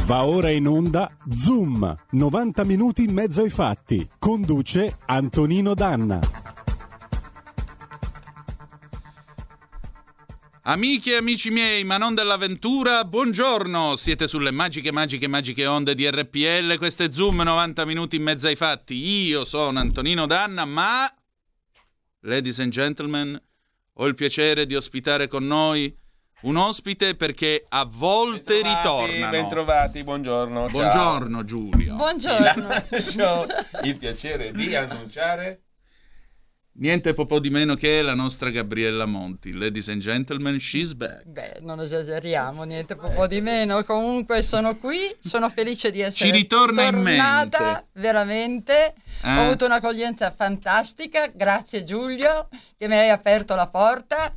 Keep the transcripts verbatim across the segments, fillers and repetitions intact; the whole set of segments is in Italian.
Va ora in onda Zoom, novanta minuti in mezzo ai fatti. Conduce Antonino Danna. Amiche e amici miei, ma non dell'avventura, buongiorno! Siete sulle magiche, magiche, magiche onde di R P L, questo è Zoom, novanta minuti in mezzo ai fatti. Io sono Antonino Danna, ma... Ladies and gentlemen, ho il piacere di ospitare con noi un ospite perché a volte bentrovati, ritornano. Bentrovati, buongiorno. Buongiorno ciao. Giulio. Buongiorno. Lascio il piacere di annunciare... Niente po' di meno che la nostra Gabriella Monti. Ladies and gentlemen, she's back. Beh, non esageriamo, niente po' di meno. Comunque sono qui, sono felice di essere Ci ritorna in tornata, mente. veramente. Eh? Ho avuto un'accoglienza fantastica, grazie Giulio, che mi hai aperto la porta,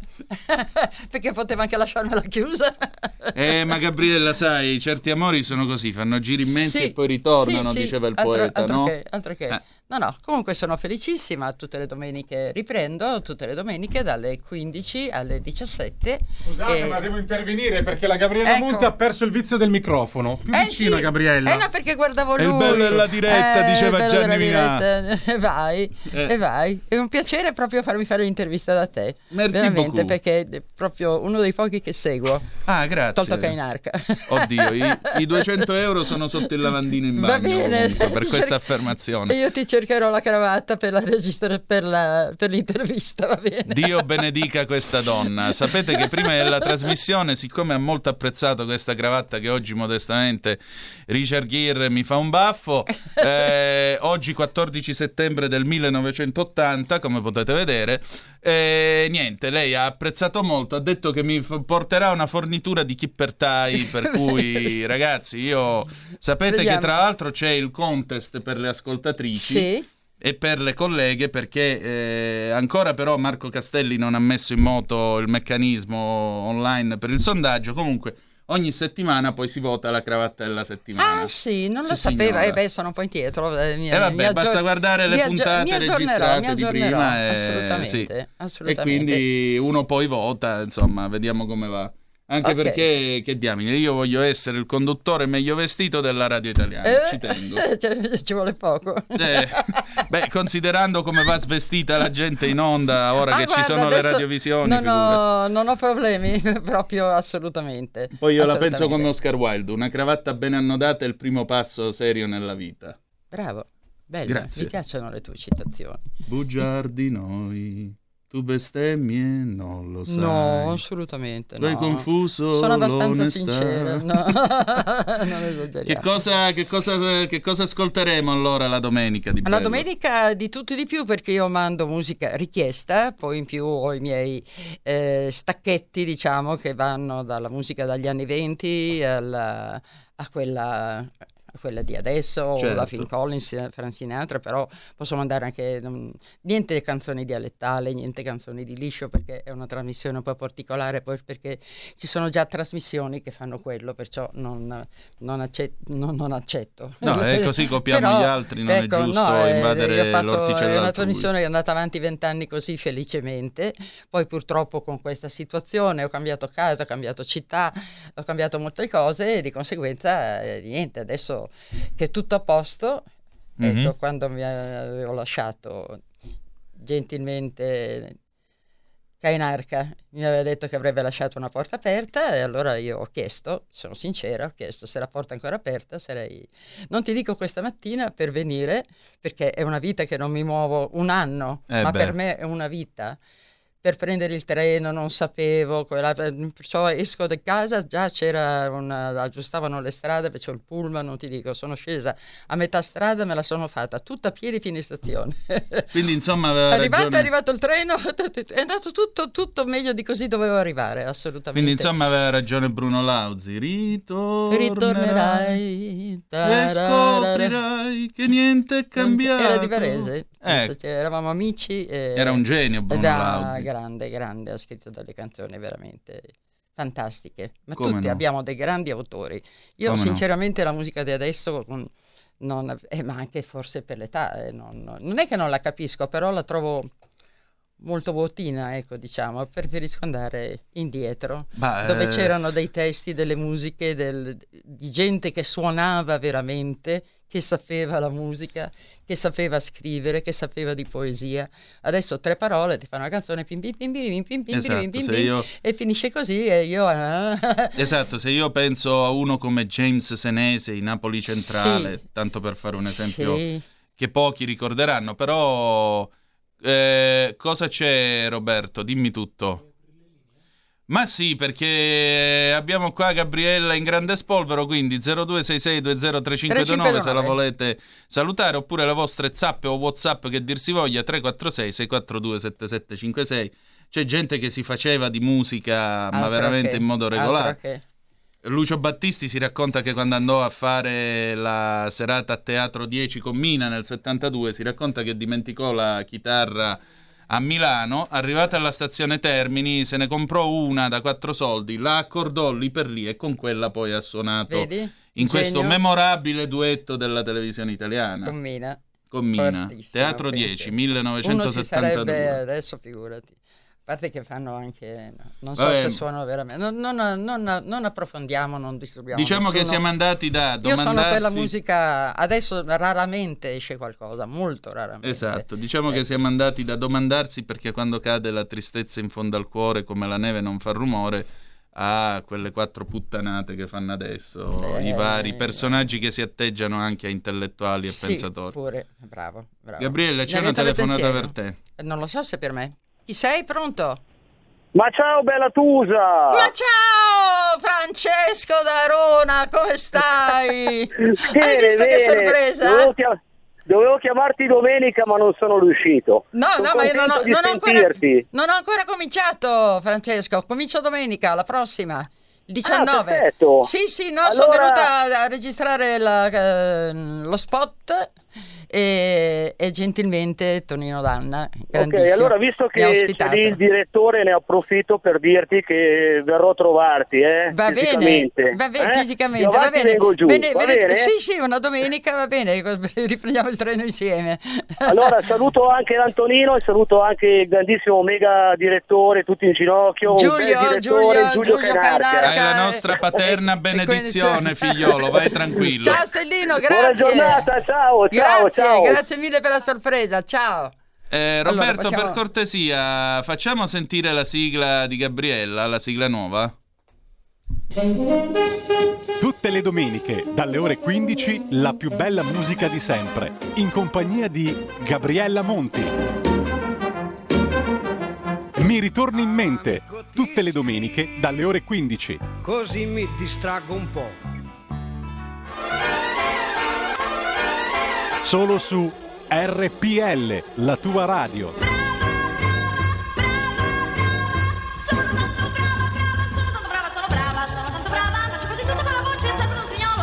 perché poteva anche lasciarmela chiusa. Eh, ma Gabriella, sai, certi amori sono così, fanno giri immensi Sì, e poi ritornano, sì, sì, diceva il altro, poeta, altro no? Che, altro che. Eh. No, no, comunque sono felicissima, tutte le domeniche riprendo, tutte le domeniche dalle quindici alle diciassette. Scusate, e... ma devo intervenire perché la Gabriella Ecco. Monti ha perso il vizio del microfono. Più Eh vicino, sì. Gabriella. Eh no, perché guardavo È lui. il bello della diretta, Eh, diceva il bello Gianni della Minà. diretta. E vai, Eh. e vai. È un piacere proprio farmi fare l'intervista da te. Merci veramente, beaucoup. perché è proprio uno dei pochi che seguo. Ah, grazie. Tolto Cainarca. Oddio, i, i duecento euro sono sotto il lavandino in bagno. Va bene. Comunque, per Ti questa cer- affermazione. E io ti cercherò la cravatta per la registra- per, la, per l'intervista, va bene? Dio benedica questa donna. Sapete che prima della trasmissione, siccome ha molto apprezzato questa cravatta che oggi modestamente Richard Gere mi fa un baffo, eh, oggi quattordici settembre del millenovecentottanta, come potete vedere, eh, niente, lei ha apprezzato molto, ha detto che mi f- porterà una fornitura di Kipper Tie, per cui ragazzi, io sapete Vediamo. che tra l'altro c'è il contest per le ascoltatrici. Sì. E per le colleghe, perché eh, ancora però Marco Castelli non ha messo in moto il meccanismo online per il sondaggio. Comunque ogni settimana poi si vota la cravatta della settimana. Ah sì, non lo Sì, sapevo, signora. eh beh sono un po' indietro. Eh, mi, E vabbè, mi aggior- basta guardare le mi aggi- puntate mi aggiornerò, registrate mi di aggiornerò, prima e, assolutamente, sì. assolutamente. E quindi uno poi vota, insomma, vediamo come va. Anche Ok. perché, che diamine, io voglio essere il conduttore meglio vestito della radio italiana, Eh, ci tengo. cioè, ci vuole poco. Eh, beh, considerando come va svestita la gente in onda ora Ah, che guarda, ci sono le adesso radiovisioni, non figurati. ho, non ho problemi, proprio assolutamente. Poi io la penso Assolutamente. come Oscar Wilde, una cravatta ben annodata è il primo passo serio nella vita. Bravo, bello, Grazie. mi piacciono le tue citazioni. Bugiardi noi, tu bestemmie non lo sai. No, assolutamente Tu hai no. confuso Sono abbastanza l'onestà. sincera, no, non esageriamo. Che cosa, che, cosa, che cosa ascolteremo allora la domenica di La bello? domenica di tutto e di più, perché io mando musica richiesta, poi in più ho i miei eh, stacchetti, diciamo, che vanno dalla musica dagli anni venti alla- a quella... a quella di adesso, Certo. o la Phil Collins, Frank Sinatra, però posso mandare anche non- niente canzoni dialettali, niente canzoni di liscio, perché è una trasmissione un po' particolare, poi perché ci sono già trasmissioni che fanno quello, perciò non, non, accet- non- non accetto. No, è così copiamo Però, gli altri, non ecco, è giusto no, eh, invadere io ho fatto- l'orticella È una altrui. trasmissione che è andata avanti vent'anni così felicemente, poi purtroppo con questa situazione ho cambiato casa, ho cambiato città, ho cambiato molte cose e di conseguenza eh, niente, adesso che è tutto a posto, ecco, Mhm. quando mi avevo lasciato gentilmente Cainarca mi aveva detto che avrebbe lasciato una porta aperta, e allora io ho chiesto, sono sincera, ho chiesto se la porta è ancora aperta, sarei, non ti dico questa mattina per venire, perché è una vita che non mi muovo un anno, Eh ma beh. per me è una vita. Per prendere il treno non sapevo, quella- perciò esco di casa, già c'era una, aggiustavano le strade, facevo il pullman, non ti dico, sono scesa a metà strada, me la sono fatta tutta a piedi fino in stazione. Quindi insomma aveva Arrivato, ragione. è arrivato il treno, è andato tutto, tutto meglio di così dovevo arrivare, assolutamente. Quindi insomma aveva ragione Bruno Lauzi. Ritornerai, Ritornerai, e tararara. scoprirai che niente è cambiato. Era di Varese, Ecco. cioè, eravamo amici. E... Era un genio Bruno Era Lauzi. grande, grande, ha scritto delle canzoni veramente fantastiche, ma Come tutti no? abbiamo dei grandi autori. Io Come no? sinceramente la musica di adesso, con- non, eh, ma anche forse per l'età, eh, non, non è che non la capisco, però la trovo molto vuotina, ecco, diciamo, preferisco andare indietro, Bah, dove eh, c'erano dei testi, delle musiche, del- di gente che suonava veramente, che sapeva la musica, che sapeva scrivere, che sapeva di poesia. Adesso tre parole ti fanno una canzone pim pim pim pim pim pim Esatto, pim pim se pim, io- e finisce così e io ah, Esatto, se io penso a uno come James Senese in Napoli Centrale, Sì. tanto per fare un esempio sì. che pochi ricorderanno, però eh, cosa c'è, Roberto? Dimmi tutto. Ma sì, perché abbiamo qua Gabriella in grande spolvero, quindi zero due sei sei due zero tre cinque due nove se la volete salutare, oppure le vostre zappe o WhatsApp che dir si voglia, tre quattro sei sei quattro due sette sette cinque sei. C'è gente che si faceva di musica, ma Altro veramente che- in modo altro regolare. che- Lucio Battisti si racconta che quando andò a fare la serata a Teatro dieci con Mina nel settantadue, si racconta che dimenticò la chitarra a Milano, arrivata alla stazione Termini se ne comprò una da quattro soldi, la accordò lì per lì e con quella poi ha suonato Vedi? in questo Genio. memorabile duetto della televisione italiana Con Mina. con Mina. Fortissimo, Teatro pensi. dieci, Uno si millenovecentosettantadue. sarebbe, adesso figurati. A parte che fanno anche, no, non so Vabbè. se suonano veramente, non, non- non- non approfondiamo, non disturbiamo Diciamo che nessuno. siamo andati da Io sono per la domandarsi... musica, adesso raramente esce qualcosa, molto raramente. Esatto, diciamo che Ecco. siamo andati da domandarsi perché quando cade la tristezza in fondo al cuore come la neve non fa rumore, a quelle quattro puttanate che fanno adesso, Eh, i vari personaggi che si atteggiano anche a intellettuali e Sì, pensatori. pure, bravo, bravo. Gabriele, c'è Mi è una venuto il telefonata pensiero. per te. Non lo so se per me. Chi sei? Pronto? Ma ciao bella Tusa! Ma ciao Francesco d'Arona, come stai? Hai Bene, visto che bene. sorpresa? Dovevo, chia- dovevo chiamarti domenica ma non sono riuscito. No, Sono no, ma io non ho, contento di non ho ancora, sentirti. non ho ancora cominciato, Francesco. Comincio domenica, la prossima, il diciannove. Ah, perfetto. Sì, sì, no, sono Allora- venuta a registrare la- eh, lo spot e, e gentilmente Tonino Danna, Ok, grandissimo, allora visto mi ha che c'è ospitato. lì il direttore ne approfitto per dirti che verrò a trovarti, eh? Va bene, fisicamente. va bene, Eh? fisicamente, Io va avanti bene. vengo giù, Bene, va bene, bene? sì, sì, una domenica va bene, riprendiamo il treno insieme. Allora saluto anche l'Antonino e saluto anche il grandissimo mega direttore, tutti in ginocchio, un Giulio, bel direttore, Giulio, Giulio, Giulio Cainarca. Cainarca. Hai la nostra paterna E- e benedizione, questo- figliolo, vai tranquillo. Ciao Stellino, grazie. Buona giornata, ciao, ciao, Grazie, ciao. grazie mille per la sorpresa, ciao. Eh, Allora, Roberto, passiamo- per cortesia, facciamo sentire la sigla di Gabriella, la sigla nuova? Tutte le domeniche, dalle ore quindici, la più bella musica di sempre, in compagnia di Gabriella Monti. Mi ritorni in mente, tutte le domeniche, dalle ore quindici. Così mi distraggo un po'. Solo su R P L, la tua radio. Sono tanto brava, brava, sono tanto brava, sono brava, sono tanto brava, faccio quasi tutto con la voce, sembra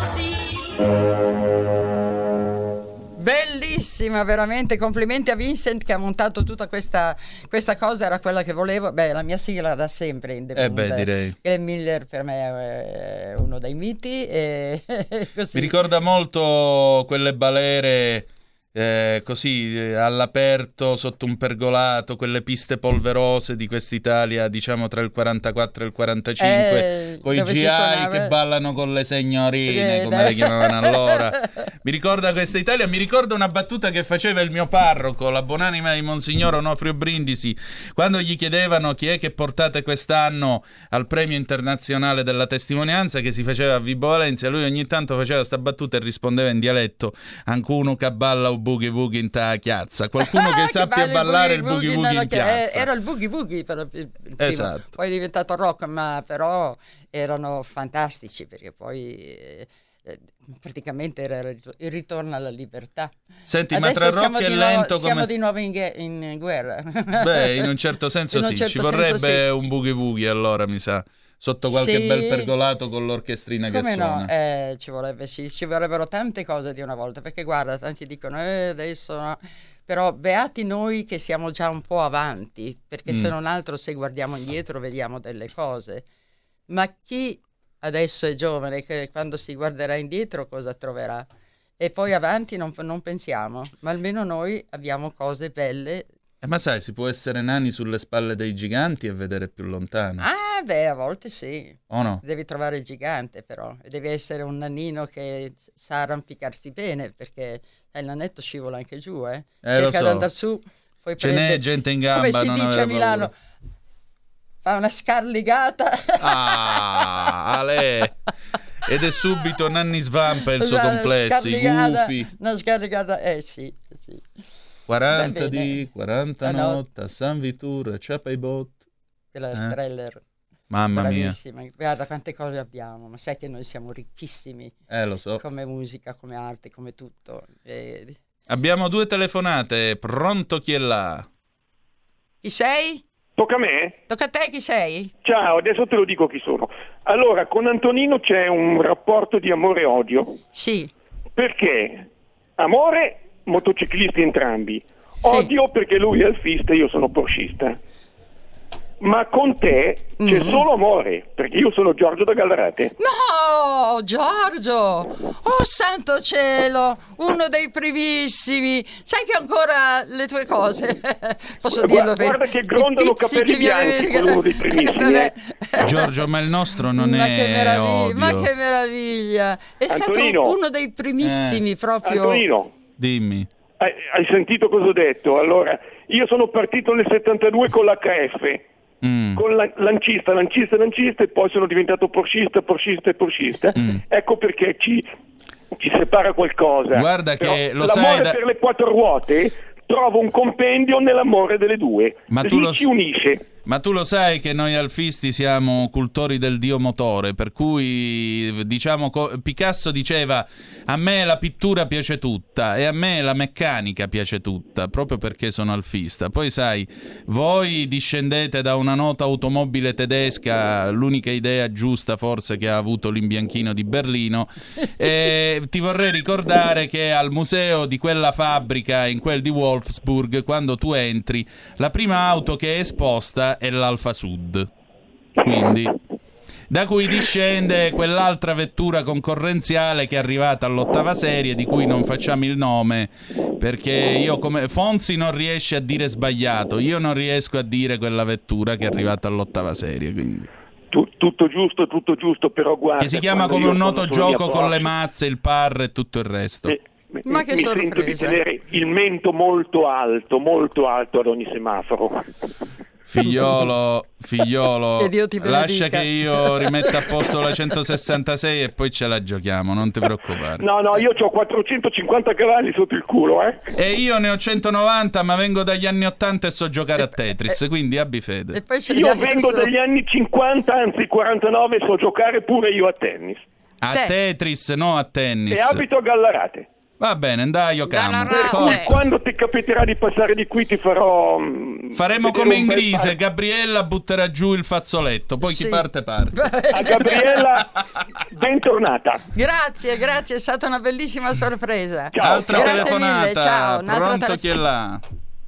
un signolo, sì. Bellissima, veramente, complimenti a Vincent che ha montato tutta questa, questa cosa, era quella che volevo. Beh, la mia sigla da sempre in The Eh Bund. beh, direi. Glenn Miller per me è uno dei miti e così. Mi ricorda molto quelle balere eh, così eh, all'aperto sotto un pergolato, quelle piste polverose di quest'Italia, diciamo tra il quarantaquattro e il quarantacinque, Eh, con i dove si G I suonava- che ballano con le signorine, Eh, come dai. le chiamavano allora. Mi ricorda questa Italia, mi ricorda una battuta che faceva il mio parroco, la buonanima di Monsignor Onofrio Brindisi, quando gli chiedevano chi è che portate quest'anno al premio internazionale della testimonianza, che si faceva a Vibo Valentia. Lui ogni tanto faceva sta battuta e rispondeva in dialetto: ancuno che balla o boogie woogie in ta chiazza, qualcuno che Ah, sappia bello ballare il boogie boogie woogie, woogie in no, che- eh, piazza. era il boogie woogie per il il primo. Esatto. Poi è diventato rock, ma però erano fantastici perché poi eh, eh, praticamente era il ritorno alla libertà. Senti, ma Adesso tra siamo rock e di nuovo- lento siamo come... di nuovo in, ghe- in guerra. Beh, in un certo senso In un sì, certo ci senso vorrebbe sì. un boogie woogie allora, mi sa, sotto qualche Sì. bel pergolato con l'orchestrina Come che no? suona. Eh, ci vorrebbe sì, ci vorrebbero tante cose di una volta, perché guarda, tanti dicono eh, adesso no. Però beati noi che siamo già un po' avanti, perché se Mm. non altro se guardiamo indietro vediamo delle cose. Ma chi adesso è giovane, che quando si guarderà indietro cosa troverà? E poi avanti non, non pensiamo, ma almeno noi abbiamo cose belle Eh, ma sai, si può essere nani sulle spalle dei giganti e vedere più lontano. Ah, beh, a volte sì. O no? Devi trovare il gigante, però. E devi essere un nanino che sa arrampicarsi bene, perché sai, il nanetto scivola anche giù, eh. Eh, lo Cerca so. di andare su, poi Ce prende... n'è gente in gamba, Come si non dice avere a Milano, paura. fa una scarligata. Ah, Ale! Ed è subito Nanni Svampa e il suo Una complesso, i scarligata, gufi. Una scarligata, eh sì, sì. quaranta Va bene. di, quaranta Ah, no. notte, a San Vitur, ciapa i bot. Quella Eh? Streller, Mamma mia. bravissima. Guarda quante cose abbiamo, ma sai che noi siamo ricchissimi Eh, lo so. come musica, come arte, come tutto. E... Abbiamo due telefonate. Pronto, chi è là? Chi sei? Tocca a me? Tocca a te, chi sei? Ciao, adesso te lo dico chi sono. Allora, con Antonino c'è un rapporto di amore e odio. Sì. Perché? Amore, motociclisti entrambi. Sì. Odio perché lui è alfista e io sono porschista. Ma con te c'è Mm. solo amore, perché io sono Giorgio da Gallarate. No, Giorgio! Oh, santo cielo! Uno dei primissimi! Sai che ancora le tue cose? Posso Guarda- dirlo? per- guarda che grondano i pizzichi capelli mi avevi bianchi, quello dei primissimi, Vabbè. Giorgio, ma il nostro non ma è che meraviglia, odio. ma che meraviglia! È Antonino. stato uno dei primissimi, Eh. proprio. Antonino, Dimmi. hai, hai sentito cosa ho detto? Allora, io sono partito nel settantadue con l'H F. Mm. Con la, lancista, lancista, lancista e poi sono diventato porschista, porschista e porschista. Mm. Ecco perché ci, ci separa qualcosa. Guarda che Però lo sai l'amore da- per le quattro ruote trovo un compendio nell'amore delle due. Ma Lì tu lo ci s- unisce. Ma tu lo sai che noi alfisti siamo cultori del dio motore, per cui diciamo co- Picasso diceva a me la pittura piace tutta e a me la meccanica piace tutta, proprio perché sono alfista. Poi sai, voi discendete da una nota automobile tedesca, l'unica idea giusta forse che ha avuto l'imbianchino di Berlino, e ti vorrei ricordare che al museo di quella fabbrica, in quel di Wolfsburg, quando tu entri, la prima auto che è esposta è l'Alfa Sud, quindi da cui discende quell'altra vettura concorrenziale che è arrivata all'ottava serie, di cui non facciamo il nome perché io come Fonzi non riesce a dire sbagliato, io non riesco a dire quella vettura che è arrivata all'ottava serie, quindi Tu- tutto giusto, tutto giusto, però guarda. che si chiama quando come io un noto sono sulla mia gioco con le Porsche, mazze, il par e tutto il resto. eh, mi- Ma che mi sento di sorpresa. tenere il mento molto alto, molto alto ad ogni semaforo. Figliolo, figliolo, Che Dio ti benedica. lascia che io rimetta a posto la centosessantasei e poi ce la giochiamo, non ti preoccupare. No, no, io ho quattrocentocinquanta cavalli sotto il culo, eh. E io ne ho centonovanta, ma vengo dagli anni ottanta e so giocare a Tetris, quindi abbi E fede. poi ce Io l'abbiamo vengo adesso- dagli anni cinquanta, anzi quarantanove, so giocare pure io a tennis. A Te. Tetris, no a tennis. E abito a Gallarate. Va bene, dai, io camo. Gallarate. Poi Eh. quando ti capiterà di passare di qui ti farò... mm, Faremo vedere come un in bel Grise, par- Gabriella butterà giù il fazzoletto, poi chi Sì. parte parte. A Gabriella, bentornata. Grazie, grazie, è stata una bellissima sorpresa. Ciao, Altra ciao. Grazie telefonata, mille, ciao. Un'altra pronto tele- chi è là?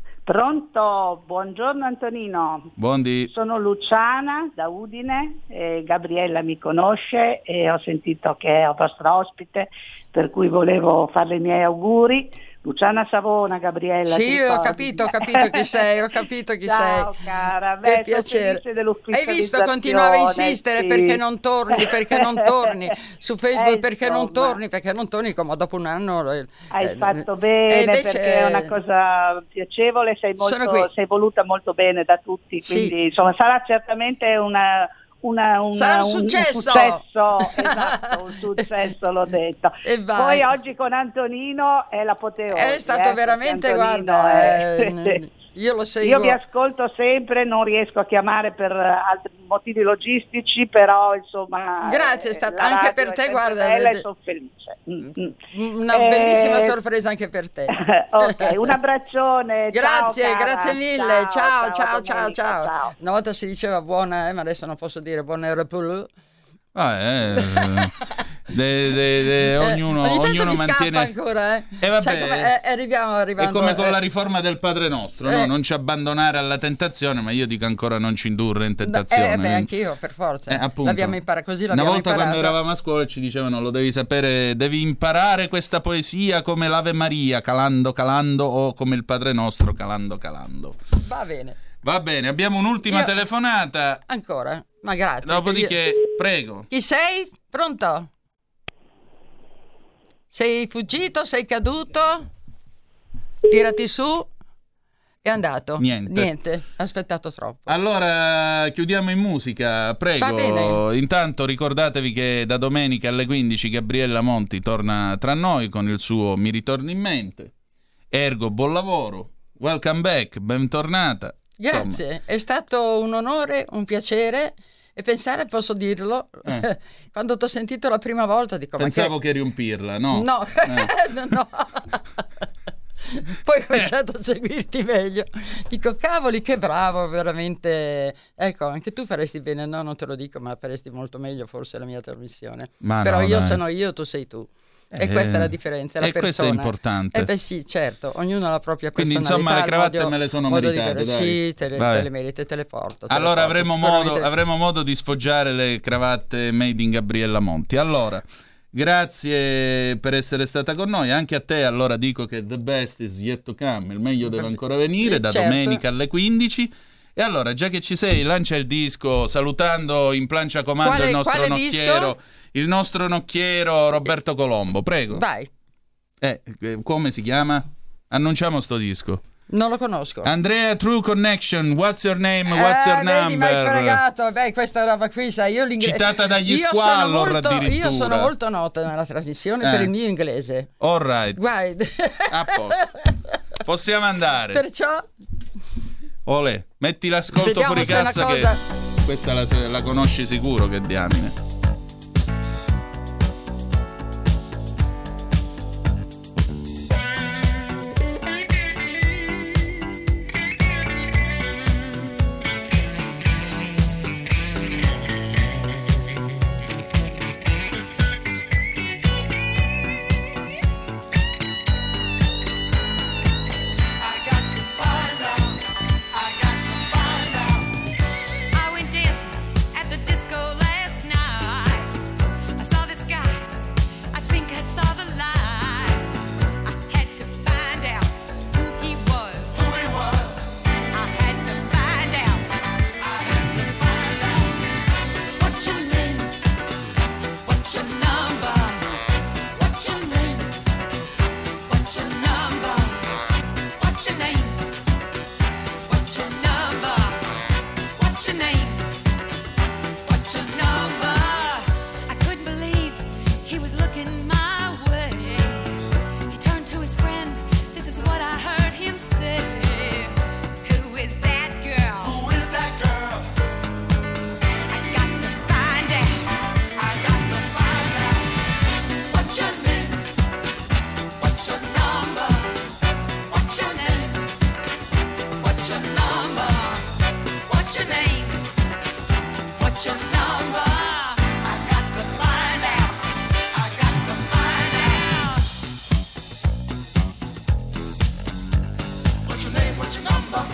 Pronto, buongiorno Antonino, Buondì. sono Luciana da Udine, e Gabriella mi conosce e ho sentito che è vostra ospite, per cui volevo farle i miei auguri. Luciana Savona, Gabriella. Sì, ti ho ricordi? capito, ho capito chi sei, ho capito chi Ciao, sei. cara, Che beh, sono piacere. felice dell'ufficializzazione, Hai visto, continuava a insistere sì. perché non torni, perché non torni su Facebook, Eh, perché non insomma. torni, perché non torni, come dopo un anno. eh, Hai eh, fatto e bene, invece- perché è una cosa piacevole, sei, Sono molto, qui. sei voluta molto bene da tutti, Sì. quindi insomma sarà certamente una, una, una- Sarà un successo. successo, esatto, un successo, l'ho detto. E vai. Poi oggi con Antonino è l'apoteosi. È stato eh, veramente, perché Antonino guarda, è- eh, io lo seguo. Io vi ascolto sempre, non riesco a chiamare per altri motivi logistici, però insomma... Grazie, è eh, stata la anche radio per è te, sempre guarda, bella le- e sono felice. Mm, mm. Una Eh, bellissima sorpresa anche per te. Ok, un abbraccione. Grazie, ciao, cara. grazie mille. Ciao, ciao, ciao, ciao. domenica, ciao. Una volta si diceva buona, eh, ma adesso non posso dire buona repul. Ah, eh, De, de, de, ognuno, eh, ogni tanto ognuno mi mantiene ancora, eh. E vabbè, Sai come, eh, arriviamo, arrivando, è come con eh. la riforma del Padre Nostro, eh. no? Non ci abbandonare alla tentazione, ma io dico ancora non ci indurre in tentazione. Eh, beh, anch'io, per forza. Eh, appunto. L'abbiamo imparato così, Una l'abbiamo volta imparato. quando eravamo a scuola ci dicevano lo devi sapere, devi imparare questa poesia come l'Ave Maria, calando calando, o come il Padre Nostro, calando calando. Va bene. Va bene, abbiamo un'ultima Io... telefonata. Ancora? Ma grazie. Dopodiché, io... prego. Chi sei? Pronto? Sei fuggito? Sei caduto? Tirati su. È andato. Niente. Niente. Ha aspettato troppo. Allora chiudiamo in musica, prego. Va bene. Intanto ricordatevi che da domenica alle quindici Gabriella Monti torna tra noi con il suo Mi ritorni in mente. Ergo, buon lavoro. Welcome back, bentornata. Grazie, Insomma. è stato un onore, un piacere. E pensare, posso dirlo, Eh. quando ti ho sentito la prima volta dico Pensavo ma che... che eri un pirla, no? No, Eh. no, no. Poi ho cominciato a seguirti meglio. Dico, cavoli, che bravo, veramente. Ecco, anche tu faresti bene, no, non te lo dico, ma faresti molto meglio forse la mia trasmissione. Ma Però no, io dai. sono io, tu sei tu. E Eh, questa è la differenza, è la e questo è persona. importante. Eh beh sì, certo, ognuno ha la propria Quindi, personalità. insomma, le il cravatte modo- me le sono modo di meritate, vivere. dai. Sì, te le, Vai. te le meriti e te le porto. te le Allora porto. avremo modo, Sicuramente- avremo modo di sfoggiare le cravatte made in Gabriella Monti. Allora, grazie per essere stata con noi. Anche a te allora dico che the best is yet to come, il meglio deve ancora venire, Sì, da certo. domenica alle quindici. E allora, già che ci sei, lancia il disco salutando in plancia comando Quale- il nostro quale nocchiero, disco? il nostro nocchiero Roberto Colombo, prego. Vai, Eh, eh, come si chiama? Annunciamo sto disco. non lo conosco. Andrea True Connection, What's Your Name, What's Eh, Your vedi, mi hai Number? fregato. Beh, questa roba qui, sai, io l'inglese. Citata dagli io Squallor, sono molto, addirittura. Io sono molto nota nella trasmissione Eh. per il mio inglese. All right, Guarda. a posto. Possiamo andare. Perciò Olè, metti l'ascolto Vediamo fuori se è una cassa cosa- che questa la, la conosci sicuro, che diamine. I went dancing at the disco last night. I saw this guy, I think I saw the light. I had to find out who he was. Who he was. I had to find out. I had to find out. What's your name? What's your number? What's your name? What's your number? What's your name? What's your number? What's your name? What's your number? I couldn't believe he was looking my way. He turned to his friend. This is what I heard him say. Who is that girl? Who is that girl? I got to find out. I got to find out. What's your name? What's your number? What's your name? What's your number? What's your name? What's your number? I got to find out. I got to find out. What's your name? What's your number?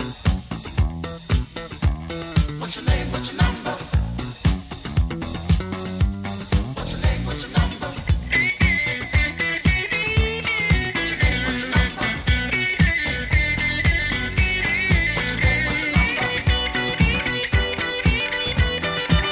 What's your name? What's your number? What's your name? What's your number? What's your name? What's your number? What's your name? What's your number?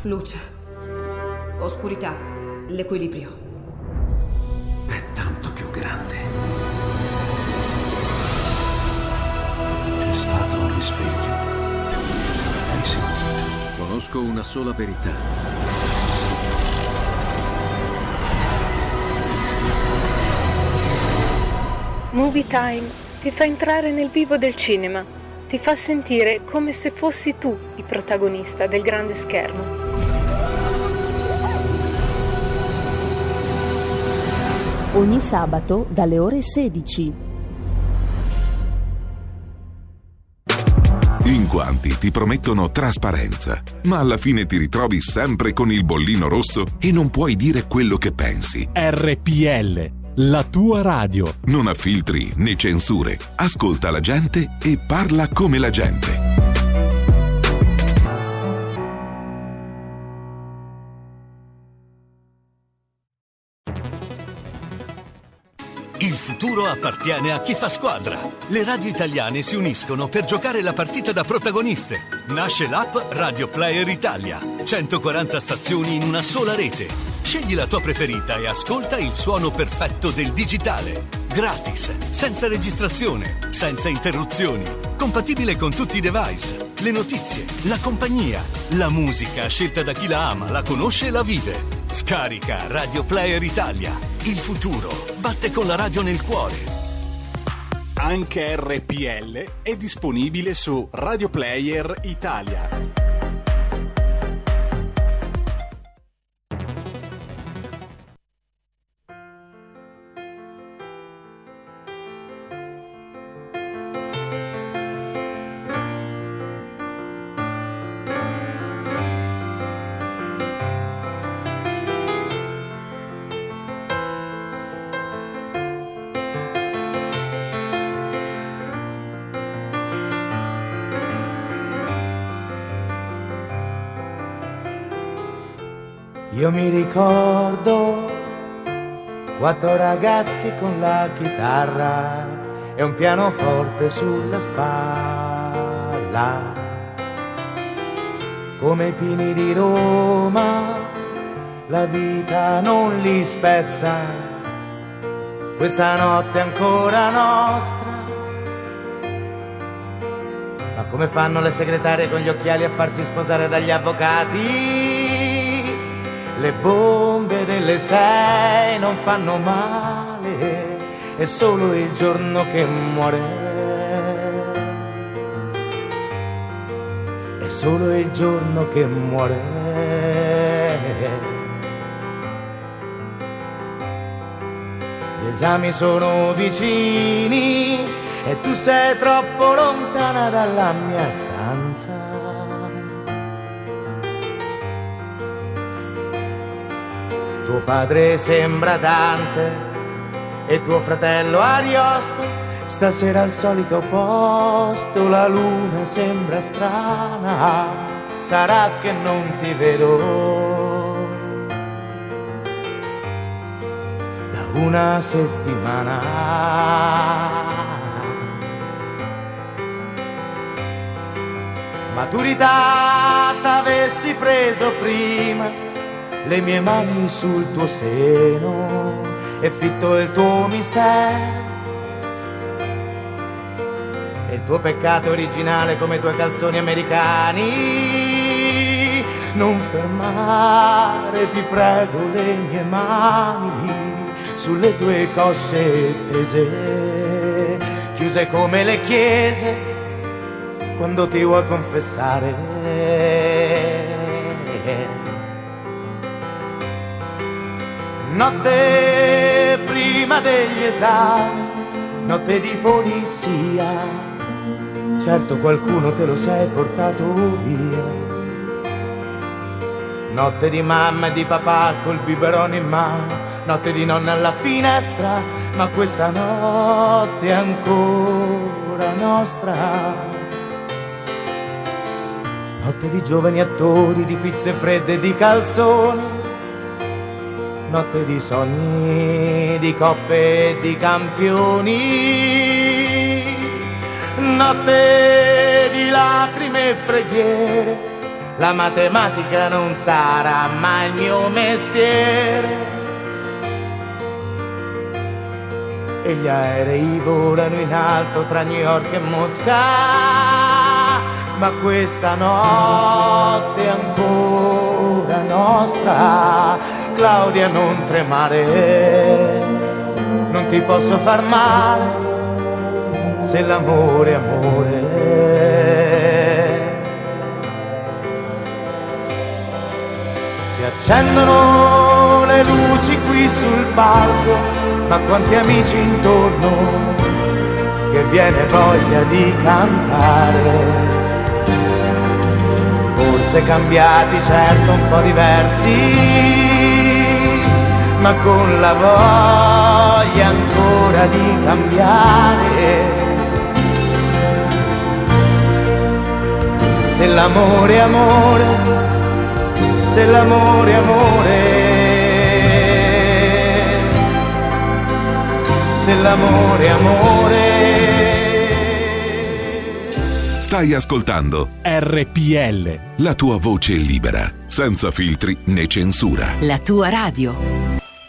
Luce, oscurità, l'equilibrio. È tanto più grande. C'è stato un risveglio. Hai sentito? Conosco una sola verità. Movie Time ti fa entrare nel vivo del cinema, ti fa sentire come se fossi tu il protagonista del grande schermo. Ogni sabato dalle ore sedici. In quanti ti promettono trasparenza, ma alla fine ti ritrovi sempre con il bollino rosso e non puoi dire quello che pensi. R P L, la tua radio. Non ha filtri né censure. Ascolta la gente e parla come la gente. Il futuro appartiene a chi fa squadra. Le radio italiane si uniscono per giocare la partita da protagoniste. Nasce l'app Radio Player Italia. centoquaranta stazioni in una sola rete. Scegli la tua preferita e ascolta il suono perfetto del digitale. Gratis, senza registrazione, senza interruzioni. Compatibile con tutti i device. Le notizie, la compagnia, la musica scelta da chi la ama, la conosce e la vive. Scarica Radio Player Italia. Il futuro batte con la radio nel cuore. Anche R P L è disponibile su Radio Player Italia. Io mi ricordo quattro ragazzi con la chitarra e un pianoforte sulla spalla. Come i pini di Roma, la vita non li spezza. Questa notte è ancora nostra. Ma come fanno le segretarie con gli occhiali a farsi sposare dagli avvocati? Le bombe delle sei non fanno male, è solo il giorno che muore. È solo il giorno che muore. Gli esami sono vicini e tu sei troppo lontana dalla mia stanza. Tuo padre sembra Dante e tuo fratello Ariosto. Stasera al solito posto, la luna sembra strana. Sarà che non ti vedo da una settimana. Maturità t'avessi preso prima, le mie mani sul tuo seno e fitto il tuo mistero. E il tuo peccato originale come i tuoi calzoni americani. Non fermare, ti prego, le mie mani sulle tue cosce tese, chiuse come le chiese quando ti vuoi confessare. Notte prima degli esami, notte di polizia, certo qualcuno te lo sei portato via. Notte di mamma e di papà col biberone in mano, notte di nonna alla finestra, ma questa notte è ancora nostra. Notte di giovani attori, di pizze fredde e di calzoni, notte di sogni, di coppe e di campioni, notte di lacrime e preghiere, la matematica non sarà mai il mio mestiere. E gli aerei volano in alto tra New York e Mosca, ma questa notte è ancora nostra. Claudia, non tremare, non ti posso far male se l'amore è amore. Si accendono le luci qui sul palco, ma quanti amici intorno che viene voglia di cantare. Forse cambiati, certo un po' diversi, ma con la voglia ancora di cambiare. Se l'amore è amore, se l'amore è amore, se l'amore è amore. Stai ascoltando R P L, la tua voce libera, senza filtri né censura. La tua radio.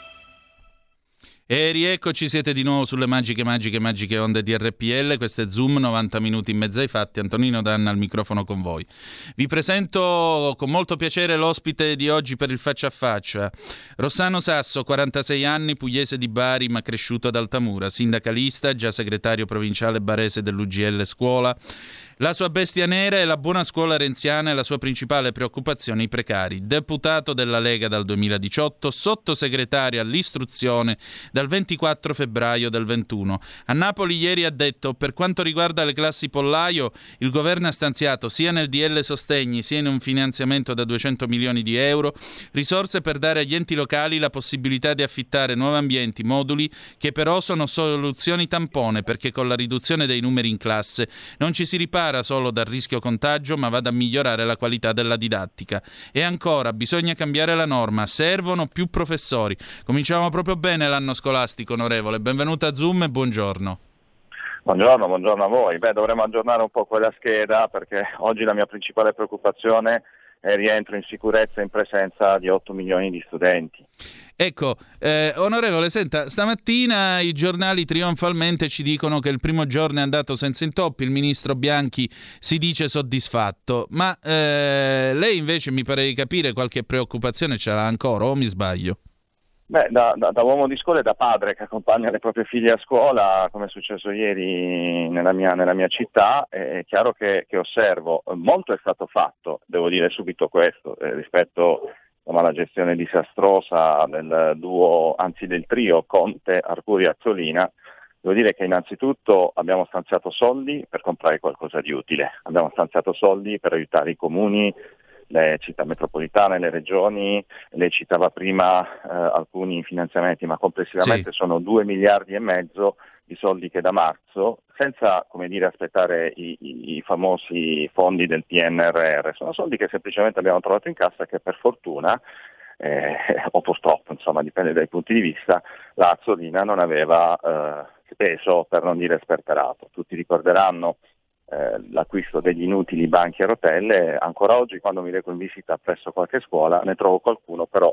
E rieccoci, siete di nuovo sulle magiche, magiche, magiche onde di R P L. Questo è Zoom, novanta minuti in mezzo ai fatti. Antonino Danna al microfono con voi. Vi presento con molto piacere l'ospite di oggi per il faccia a faccia. Rossano Sasso, quarantasei anni, pugliese di Bari ma cresciuto ad Altamura, sindacalista, già segretario provinciale barese dell'U G L Scuola. La sua bestia nera è la buona scuola renziana e la sua principale preoccupazione i precari. Deputato della Lega dal duemiladiciotto, sottosegretario all'istruzione dal ventiquattro febbraio del ventuno. A Napoli ieri ha detto: per quanto riguarda le classi pollaio, il governo ha stanziato sia nel D L Sostegni sia in un finanziamento da duecento milioni di euro risorse per dare agli enti locali la possibilità di affittare nuovi ambienti, moduli che però sono soluzioni tampone, perché con la riduzione dei numeri in classe non ci si ripara solo dal rischio contagio, ma vada a migliorare la qualità della didattica. E ancora, bisogna cambiare la norma, servono più professori. Cominciamo proprio bene l'anno scolastico, onorevole. Benvenuta a Zoom e buongiorno. Buongiorno, buongiorno a voi. Beh, dovremmo aggiornare un po' quella scheda, perché oggi la mia principale preoccupazione è il rientro in sicurezza in presenza di otto milioni di studenti. Ecco, eh, onorevole, senta, stamattina i giornali trionfalmente ci dicono che il primo giorno è andato senza intoppi, il ministro Bianchi si dice soddisfatto, ma eh, lei invece mi pare di capire qualche preoccupazione ce l'ha ancora, o mi sbaglio? Beh, da, da, da uomo di scuola e da padre che accompagna le proprie figlie a scuola, come è successo ieri nella mia, nella mia città, è chiaro che, che osservo. Molto è stato fatto, devo dire subito questo, eh, rispetto alla gestione disastrosa del duo, anzi del trio Conte, Arcuri, Azzolina. Devo dire che innanzitutto abbiamo stanziato soldi per comprare qualcosa di utile, abbiamo stanziato soldi per aiutare i comuni, le città metropolitane, le regioni. Lei citava prima eh, alcuni finanziamenti, ma complessivamente sì. Sono due miliardi e mezzo di soldi che da marzo, senza come dire aspettare i, i, i famosi fondi del P N R R, sono soldi che semplicemente abbiamo trovato in cassa, che per fortuna eh, o purtroppo, insomma dipende dai punti di vista, la Azzolina non aveva eh, speso, per non dire sperperato. Tutti ricorderanno Eh, l'acquisto degli inutili banchi a rotelle. Ancora oggi, quando mi reco in visita presso qualche scuola, ne trovo qualcuno, però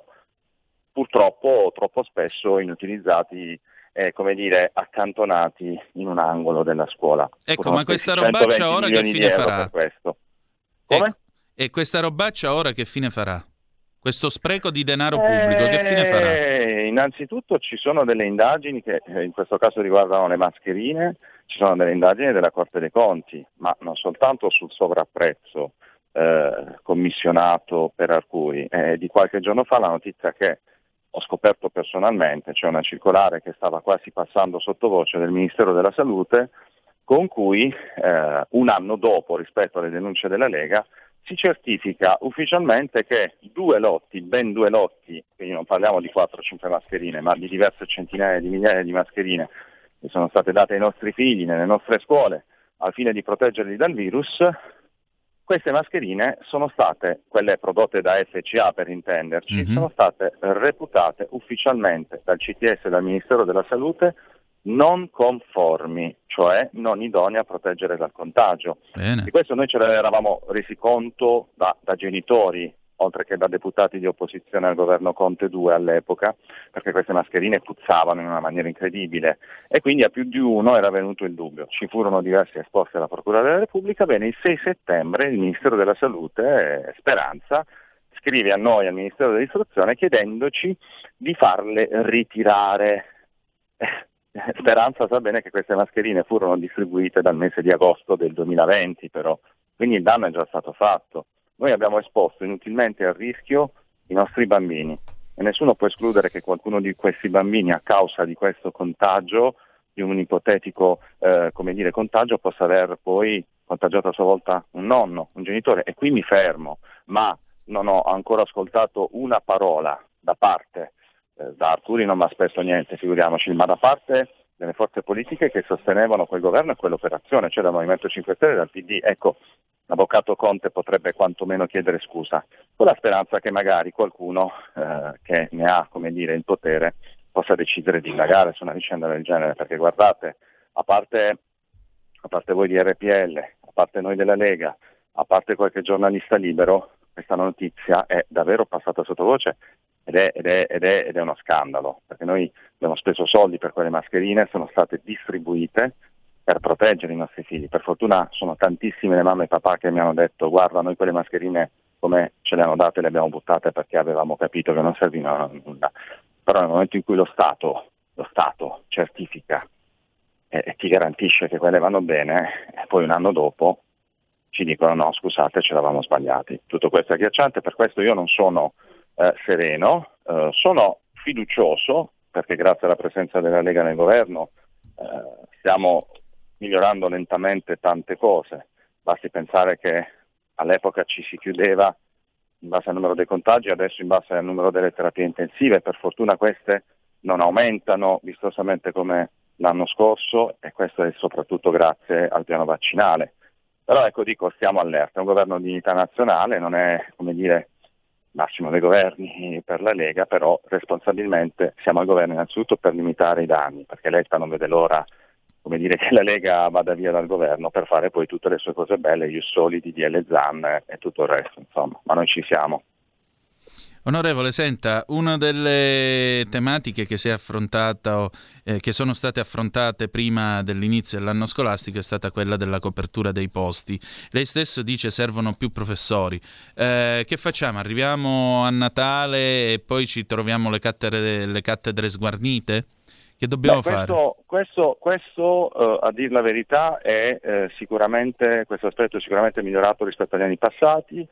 purtroppo troppo spesso inutilizzati e, come dire, accantonati in un angolo della scuola. Ecco, Furono ma questa robaccia ora che fine farà? Questo. Come? Ecco, e questa robaccia ora che fine farà? Questo spreco di denaro pubblico, eh, che fine farà? Innanzitutto ci sono delle indagini che in questo caso riguardano le mascherine, ci sono delle indagini della Corte dei Conti, ma non soltanto sul sovrapprezzo eh, commissionato per Arcuri. Eh, di qualche giorno fa la notizia che ho scoperto personalmente, c'è una circolare che stava quasi passando sottovoce del Ministero della Salute, con cui eh, un anno dopo, rispetto alle denunce della Lega, si certifica ufficialmente che due lotti, ben due lotti, quindi non parliamo di quattro o cinque mascherine, ma di diverse centinaia di migliaia di mascherine che sono state date ai nostri figli nelle nostre scuole al fine di proteggerli dal virus. Queste mascherine sono state, quelle prodotte da F C A per intenderci, mm-hmm. sono state reputate ufficialmente dal C T S e dal Ministero della Salute non conformi, cioè non idonei a proteggere dal contagio. Bene. Di questo noi ce l'eravamo resi conto da, da genitori, oltre che da deputati di opposizione al governo Conte due all'epoca, perché queste mascherine puzzavano in una maniera incredibile e quindi a più di uno era venuto il dubbio. Ci furono diversi esposti alla Procura della Repubblica. Bene, il sei settembre il Ministero della Salute, eh, Speranza, scrive a noi, al Ministero dell'Istruzione, chiedendoci di farle ritirare. Speranza sa bene che queste mascherine furono distribuite dal mese di agosto del duemilaventi, però, quindi il danno è già stato fatto. Noi abbiamo esposto inutilmente al rischio i nostri bambini e nessuno può escludere che qualcuno di questi bambini, a causa di questo contagio, di un ipotetico eh, come dire, contagio, possa aver poi contagiato a sua volta un nonno, un genitore. E qui mi fermo, ma non ho ancora ascoltato una parola da parte eh, da Arcuri, non mi aspetto niente, figuriamoci, ma da parte delle forze politiche che sostenevano quel governo e quell'operazione, cioè dal Movimento cinque Stelle e dal P D. Ecco, l'avvocato Conte potrebbe quantomeno chiedere scusa, con la speranza che magari qualcuno eh, che ne ha, come dire, il potere possa decidere di indagare su una vicenda del genere, perché guardate, a parte, a parte voi di R P L, a parte noi della Lega, a parte qualche giornalista libero, questa notizia è davvero passata sottovoce ed è, ed è, ed è, ed è uno scandalo, perché noi abbiamo speso soldi per quelle mascherine, sono state distribuite per proteggere i nostri figli. Per fortuna sono tantissime le mamme e i papà che mi hanno detto: guarda, noi quelle mascherine come ce le hanno date le abbiamo buttate perché avevamo capito che non servivano a nulla. Però nel momento in cui lo Stato, lo Stato certifica e, e ti garantisce che quelle vanno bene, e poi un anno dopo ci dicono no, scusate, ce l'avamo sbagliati. Tutto questo è agghiacciante, per questo io non sono eh, sereno, eh, sono fiducioso, perché grazie alla presenza della Lega nel governo eh, stiamo migliorando lentamente tante cose. Basti pensare che all'epoca ci si chiudeva in base al numero dei contagi, adesso in base al numero delle terapie intensive. Per fortuna queste non aumentano vistosamente come l'anno scorso, e questo è soprattutto grazie al piano vaccinale. Però ecco, dico, stiamo allerta, è un governo di unità nazionale, non è, come dire, il massimo dei governi per la Lega, però responsabilmente siamo al governo innanzitutto per limitare i danni, perché Letta non vede l'ora, come dire, che la Lega vada via dal governo per fare poi tutte le sue cose belle, gli Ussoli, D D L Zan e tutto il resto, insomma, ma noi ci siamo. Onorevole, senta, una delle tematiche che si è affrontata, eh, che sono state affrontate prima dell'inizio dell'anno scolastico, è stata quella della copertura dei posti. Lei stesso dice servono più professori. Eh, che facciamo? Arriviamo a Natale e poi ci troviamo le cattedre, le cattedre sguarnite? Che dobbiamo Beh, questo, fare? Questo, questo uh, a dir la verità, è eh, sicuramente, questo aspetto è sicuramente migliorato rispetto agli anni passati,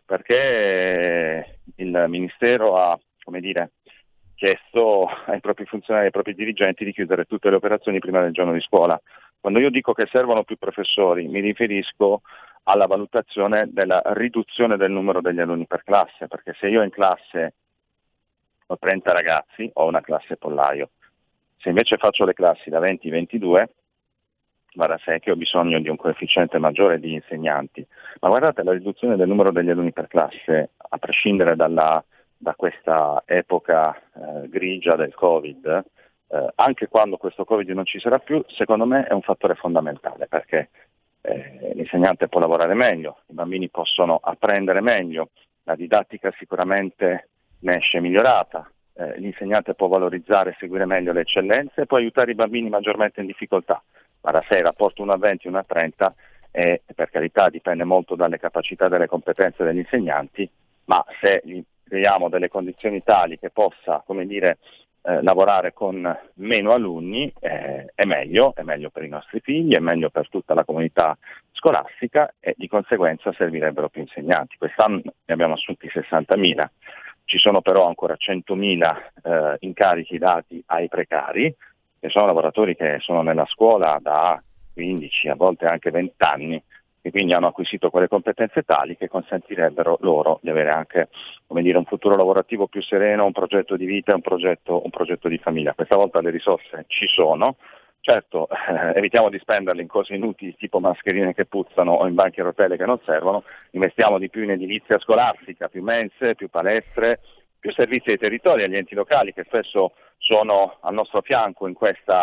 perché il Ministero ha, come dire, chiesto ai propri funzionari, ai propri dirigenti di chiudere tutte le operazioni prima del giorno di scuola. Quando io dico che servono più professori, mi riferisco alla valutazione della riduzione del numero degli alunni per classe, perché se io in classe ho trenta ragazzi, ho una classe pollaio. Se invece faccio le classi da venti ventidue, va da sé che ho bisogno di un coefficiente maggiore di insegnanti. Ma guardate, la riduzione del numero degli alunni per classe, a prescindere dalla, da questa epoca eh, grigia del Covid, eh, anche quando questo Covid non ci sarà più, secondo me è un fattore fondamentale, perché eh, l'insegnante può lavorare meglio, i bambini possono apprendere meglio, la didattica sicuramente ne esce migliorata, eh, l'insegnante può valorizzare e seguire meglio le eccellenze e può aiutare i bambini maggiormente in difficoltà. Ma da sé il rapporto uno a venti, uno a trenta, e per carità dipende molto dalle capacità e dalle competenze degli insegnanti, ma se gli creiamo delle condizioni tali che possa, come dire, eh, lavorare con meno alunni, eh, è meglio, è meglio per i nostri figli, è meglio per tutta la comunità scolastica e di conseguenza servirebbero più insegnanti. Quest'anno ne abbiamo assunti sessantamila, ci sono però ancora centomila eh, incarichi dati ai precari, che sono lavoratori che sono nella scuola da quindici, a volte anche venti anni, e quindi hanno acquisito quelle competenze tali che consentirebbero loro di avere anche, come dire, un futuro lavorativo più sereno, un progetto di vita e un progetto, un progetto di famiglia. Questa volta le risorse ci sono, certo eh, evitiamo di spenderle in cose inutili tipo mascherine che puzzano o in banchi a rotelle che non servono, investiamo di più in edilizia scolastica, più mense, più palestre, più servizi ai territori, agli enti locali che spesso sono al nostro fianco in questa,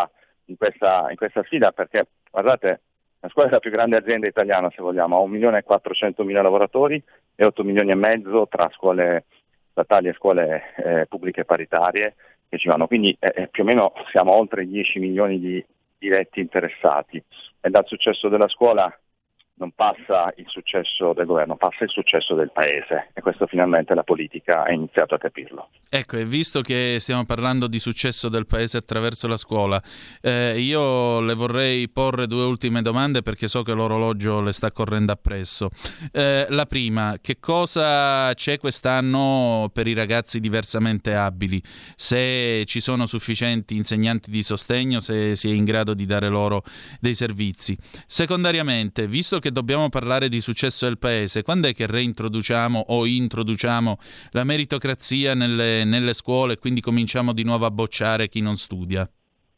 in questa, in questa sfida, perché guardate, la scuola è la più grande azienda italiana, se vogliamo, ha un milione e quattrocentomila lavoratori e otto milioni e mezzo tra scuole statali e scuole eh, pubbliche paritarie che ci vanno, quindi eh, più o meno siamo oltre dieci milioni di diretti interessati, e dal successo della scuola non passa il successo del governo, passa il successo del paese, e questo finalmente la politica ha iniziato a capirlo. Ecco, e visto che stiamo parlando di successo del paese attraverso la scuola, eh, io le vorrei porre due ultime domande perché so che l'orologio le sta correndo appresso. Eh, la prima, che cosa c'è quest'anno per i ragazzi diversamente abili? Se ci sono sufficienti insegnanti di sostegno, se si è in grado di dare loro dei servizi. Secondariamente, visto che dobbiamo parlare di successo del paese, quando è che reintroduciamo o introduciamo la meritocrazia nelle, nelle scuole e quindi cominciamo di nuovo a bocciare chi non studia?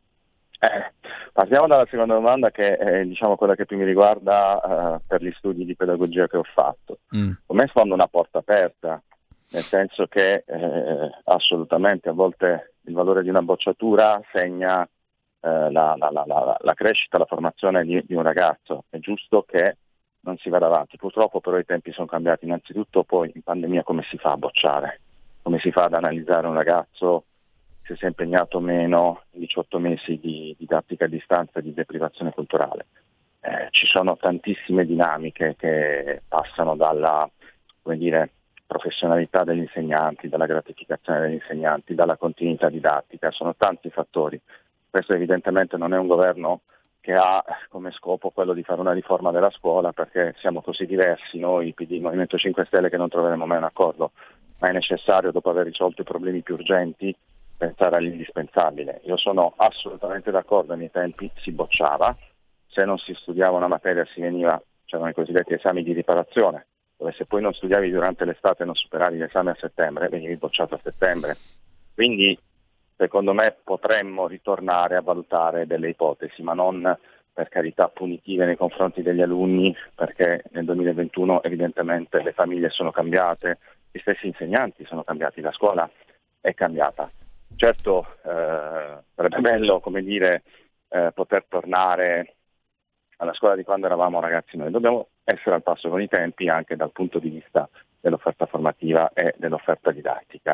Eh, partiamo dalla seconda domanda, che è diciamo quella che più mi riguarda uh, per gli studi di pedagogia che ho fatto. Mm. Per me sfondo una porta aperta, nel senso che eh, assolutamente a volte il valore di una bocciatura segna Eh, la, la, la, la, la crescita, la formazione di, di un ragazzo. È giusto che non si vada avanti, purtroppo però i tempi sono cambiati. Innanzitutto poi in pandemia come si fa a bocciare? Come si fa ad analizzare un ragazzo se si è impegnato o meno in diciotto mesi di didattica a distanza e di deprivazione culturale? Eh, ci sono tantissime dinamiche che passano dalla, come dire, professionalità degli insegnanti, dalla gratificazione degli insegnanti, dalla continuità didattica, sono tanti fattori. Questo evidentemente non è un governo che ha come scopo quello di fare una riforma della scuola, perché siamo così diversi noi, P D, Movimento cinque Stelle, che non troveremo mai un accordo, ma è necessario, dopo aver risolto i problemi più urgenti, pensare all'indispensabile. Io sono assolutamente d'accordo, ai miei tempi si bocciava, se non si studiava una materia si veniva, c'erano i cosiddetti esami di riparazione, dove se poi non studiavi durante l'estate e non superavi l'esame a settembre, venivi bocciato a settembre. Quindi secondo me potremmo ritornare a valutare delle ipotesi, ma non per carità punitive nei confronti degli alunni, perché nel duemilaventuno evidentemente le famiglie sono cambiate, gli stessi insegnanti sono cambiati, la scuola è cambiata. Certo eh, sarebbe bello, come dire, eh, poter tornare alla scuola di quando eravamo ragazzi noi. Dobbiamo essere al passo con i tempi anche dal punto di vista dell'offerta formativa e dell'offerta didattica.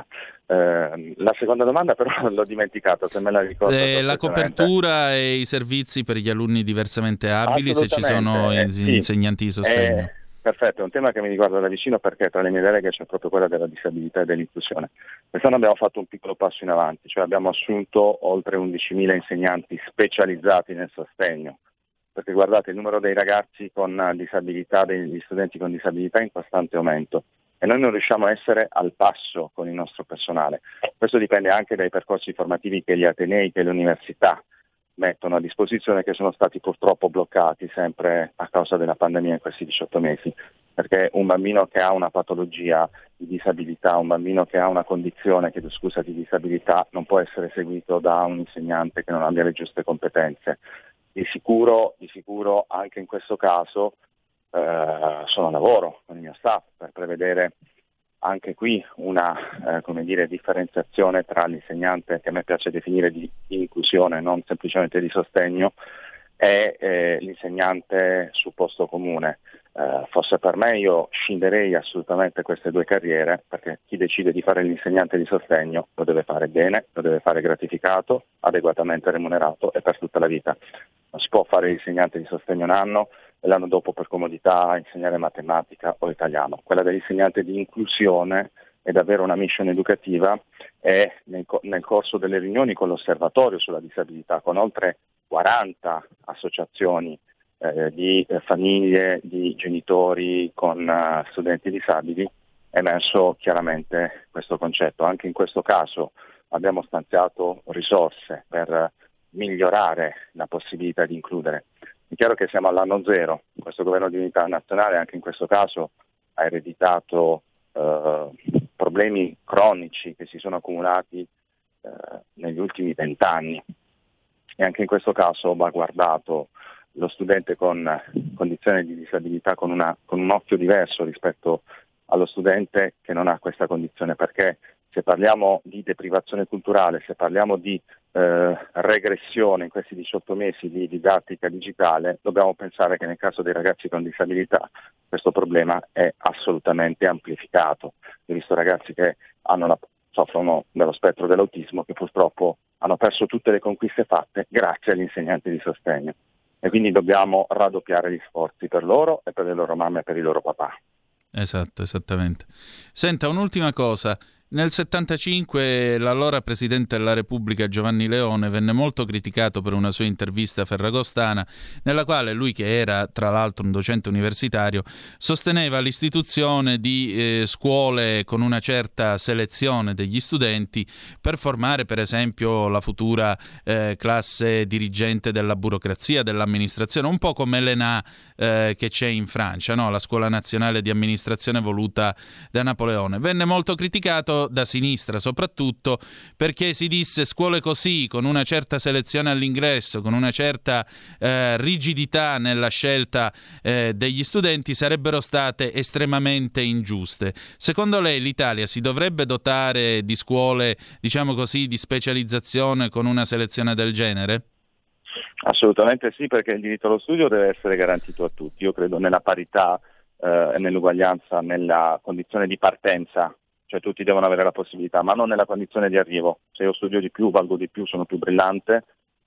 Eh, la seconda domanda però l'ho dimenticato, se me la ricordo. Eh, la copertura e i servizi per gli alunni diversamente abili, se ci sono eh, insegnanti sì. di sostegno. Eh, perfetto, è un tema che mi riguarda da vicino, perché tra le mie deleghe c'è proprio quella della disabilità e dell'inclusione. Quest'anno abbiamo fatto un piccolo passo in avanti, cioè abbiamo assunto oltre undicimila insegnanti specializzati nel sostegno, perché guardate, il numero dei ragazzi con disabilità, degli studenti con disabilità è in costante aumento e noi non riusciamo a essere al passo con il nostro personale. Questo dipende anche dai percorsi formativi che gli atenei, che le università mettono a disposizione, che sono stati purtroppo bloccati sempre a causa della pandemia in questi diciotto mesi, perché un bambino che ha una patologia di disabilità, un bambino che ha una condizione, chiedo scusa, di disabilità, non può essere seguito da un insegnante che non abbia le giuste competenze. Di sicuro, di sicuro anche in questo caso eh, sono a lavoro con il mio staff per prevedere anche qui una eh, come dire, differenziazione tra l'insegnante, che a me piace definire di, di inclusione, non semplicemente di sostegno, e eh, l'insegnante su posto comune. Eh, fosse per me, io scinderei assolutamente queste due carriere, perché chi decide di fare l'insegnante di sostegno lo deve fare bene, lo deve fare gratificato, adeguatamente remunerato e per tutta la vita. Non si può fare l'insegnante di sostegno un anno e l'anno dopo per comodità insegnare matematica o italiano. Quella dell'insegnante di inclusione è davvero una mission educativa, e nel, nel corso delle riunioni con l'Osservatorio sulla disabilità, con oltre quaranta associazioni eh, di eh, famiglie, di genitori con uh, studenti disabili, è emerso chiaramente questo concetto. Anche in questo caso abbiamo stanziato risorse per migliorare la possibilità di includere. È chiaro che siamo all'anno zero, questo governo di unità nazionale anche in questo caso ha ereditato eh, problemi cronici che si sono accumulati eh, negli ultimi vent'anni, e anche in questo caso va guardato lo studente con condizione di disabilità con, una, con un occhio diverso rispetto allo studente che non ha questa condizione, perché se parliamo di deprivazione culturale, se parliamo di eh, regressione in questi diciotto mesi di didattica digitale, dobbiamo pensare che nel caso dei ragazzi con disabilità questo problema è assolutamente amplificato. Ho visto ragazzi che hanno la, soffrono dello spettro dell'autismo, che purtroppo hanno perso tutte le conquiste fatte grazie agli insegnanti di sostegno, e quindi dobbiamo raddoppiare gli sforzi per loro e per le loro mamme e per i loro papà. Esatto, esattamente. Senta, un'ultima cosa. Nel settantacinque l'allora Presidente della Repubblica Giovanni Leone venne molto criticato per una sua intervista ferragostana, nella quale lui, che era tra l'altro un docente universitario, sosteneva l'istituzione di eh, scuole con una certa selezione degli studenti per formare per esempio la futura eh, classe dirigente della burocrazia, dell'amministrazione, un po' come l'E N A eh, che c'è in Francia, no? La Scuola Nazionale di Amministrazione voluta da Napoleone. Venne molto criticato da sinistra soprattutto perché si disse scuole così, con una certa selezione all'ingresso, con una certa eh, rigidità nella scelta eh, degli studenti, sarebbero state estremamente ingiuste. Secondo lei l'Italia si dovrebbe dotare di scuole, diciamo così, di specializzazione con una selezione del genere? Assolutamente sì, perché il diritto allo studio deve essere garantito a tutti. Io credo nella parità e eh, nell'uguaglianza, nella condizione di partenza. Cioè tutti devono avere la possibilità, ma non nella condizione di arrivo. Se io studio di più, valgo di più, sono più brillante,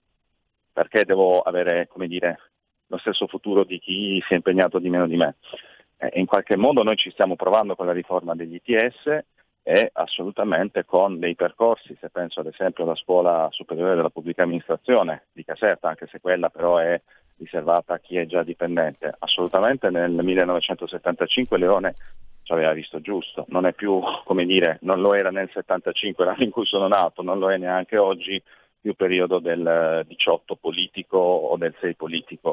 perché devo avere, come dire, lo stesso futuro di chi si è impegnato di meno di me. E in qualche modo noi ci stiamo provando con la riforma degli I T S e assolutamente con dei percorsi, se penso ad esempio alla Scuola Superiore della Pubblica Amministrazione di Caserta, anche se quella però è riservata a chi è già dipendente. Assolutamente nel millenovecentosettantacinque Leone ci aveva visto giusto, non è più, come dire, non lo era nel settantacinque, l'anno in cui sono nato, non lo è neanche oggi, più periodo del diciotto politico o del sei politico.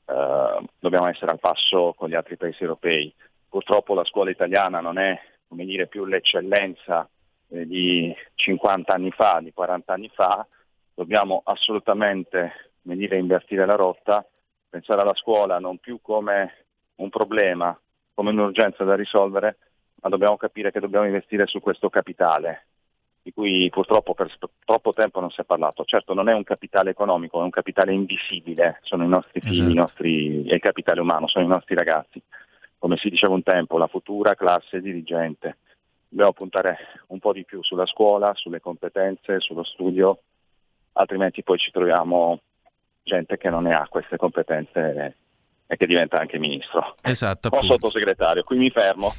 Uh, dobbiamo essere al passo con gli altri paesi europei. Purtroppo la scuola italiana non è, come dire, più l'eccellenza eh, di cinquanta anni fa, di quaranta anni fa. Dobbiamo assolutamente, come dire, invertire la rotta, pensare alla scuola non più come un problema, come un'urgenza da risolvere, ma dobbiamo capire che dobbiamo investire su questo capitale, di cui purtroppo per troppo tempo non si è parlato. Certo non è un capitale economico, è un capitale invisibile, sono i nostri figli, esatto. i nostri, è il capitale umano, sono i nostri ragazzi. Come si diceva un tempo, la futura classe dirigente. Dobbiamo puntare un po' di più sulla scuola, sulle competenze, sullo studio, altrimenti poi ci troviamo gente che non ne ha queste competenze e che diventa anche ministro. Esatto. O sottosegretario. Qui mi fermo.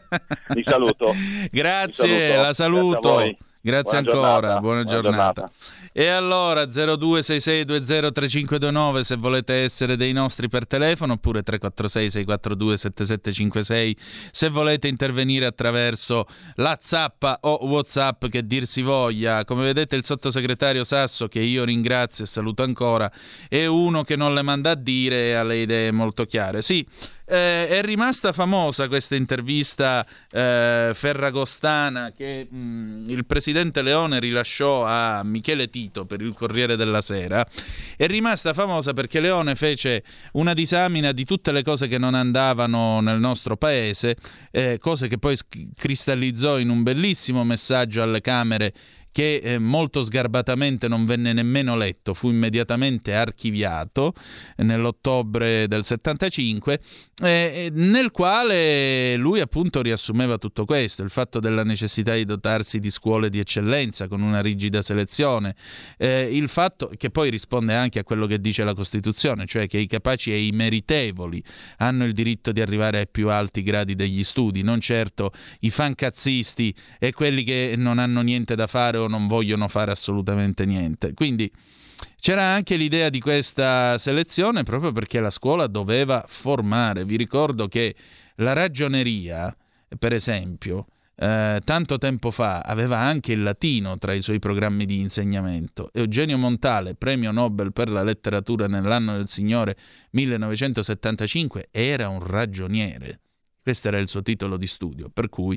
Vi saluto. Grazie, Vi saluto. la saluto. Grazie, Grazie buona ancora, giornata. buona, buona giornata. giornata. E allora zero due sei sei due zero tre cinque due nove se volete essere dei nostri per telefono, oppure tre quattro sei sei quattro due sette sette cinque sei se volete intervenire attraverso la zappa o WhatsApp che dir si voglia. Come vedete il sottosegretario Sasso, che io ringrazio e saluto ancora, è uno che non le manda a dire e ha le idee molto chiare. Sì, eh, è rimasta famosa questa intervista eh, ferragostana che mh, il presidente Leone rilasciò a Michele Tito per il Corriere della Sera. È rimasta famosa perché Leone fece una disamina di tutte le cose che non andavano nel nostro paese, eh, cose che poi cristallizzò in un bellissimo messaggio alle Camere che eh, molto sgarbatamente non venne nemmeno letto, fu immediatamente archiviato eh, nell'ottobre del settantacinque, eh, nel quale lui appunto riassumeva tutto questo, il fatto della necessità di dotarsi di scuole di eccellenza con una rigida selezione, eh, il fatto che poi risponde anche a quello che dice la Costituzione, cioè che i capaci e i meritevoli hanno il diritto di arrivare ai più alti gradi degli studi, non certo i fancazzisti e quelli che non hanno niente da fare o non vogliono fare assolutamente niente. Quindi c'era anche l'idea di questa selezione proprio perché la scuola doveva formare. Vi ricordo che la ragioneria, per esempio, eh, tanto tempo fa aveva anche il latino tra i suoi programmi di insegnamento. Eugenio Montale, premio Nobel per la letteratura nell'anno del Signore millenovecentosettantacinque, era un ragioniere. Questo era il suo titolo di studio, per cui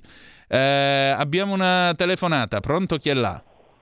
eh, abbiamo una telefonata. Pronto, chi è là?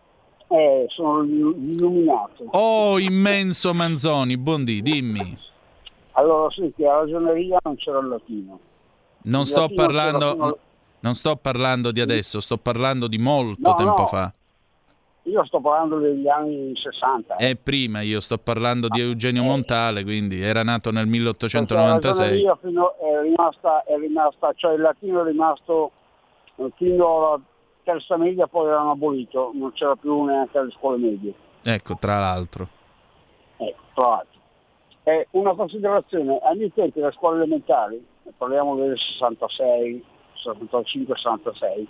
Eh, sono illuminato. Oh, immenso Manzoni, buondì, dimmi. Allora, senti, la ragioneria non c'era il latino. Non il sto latino parlando... fino... Non sto parlando di adesso, sto parlando di molto No, tempo no. fa. Io sto parlando degli anni sessanta. E prima io sto parlando di Eugenio Montale, quindi era nato nel Perché la milleottocentonovantasei. ragioneria fino è rimasta, è rimasta, cioè il latino è rimasto eh, fino alla terza media, poi l'hanno abolito, non c'era più neanche alle scuole medie. Ecco, tra l'altro. Ecco, tra l'altro. E una considerazione, ai miei tempi le scuole elementari, parliamo del sessantasei, sessantacinque sessantasei,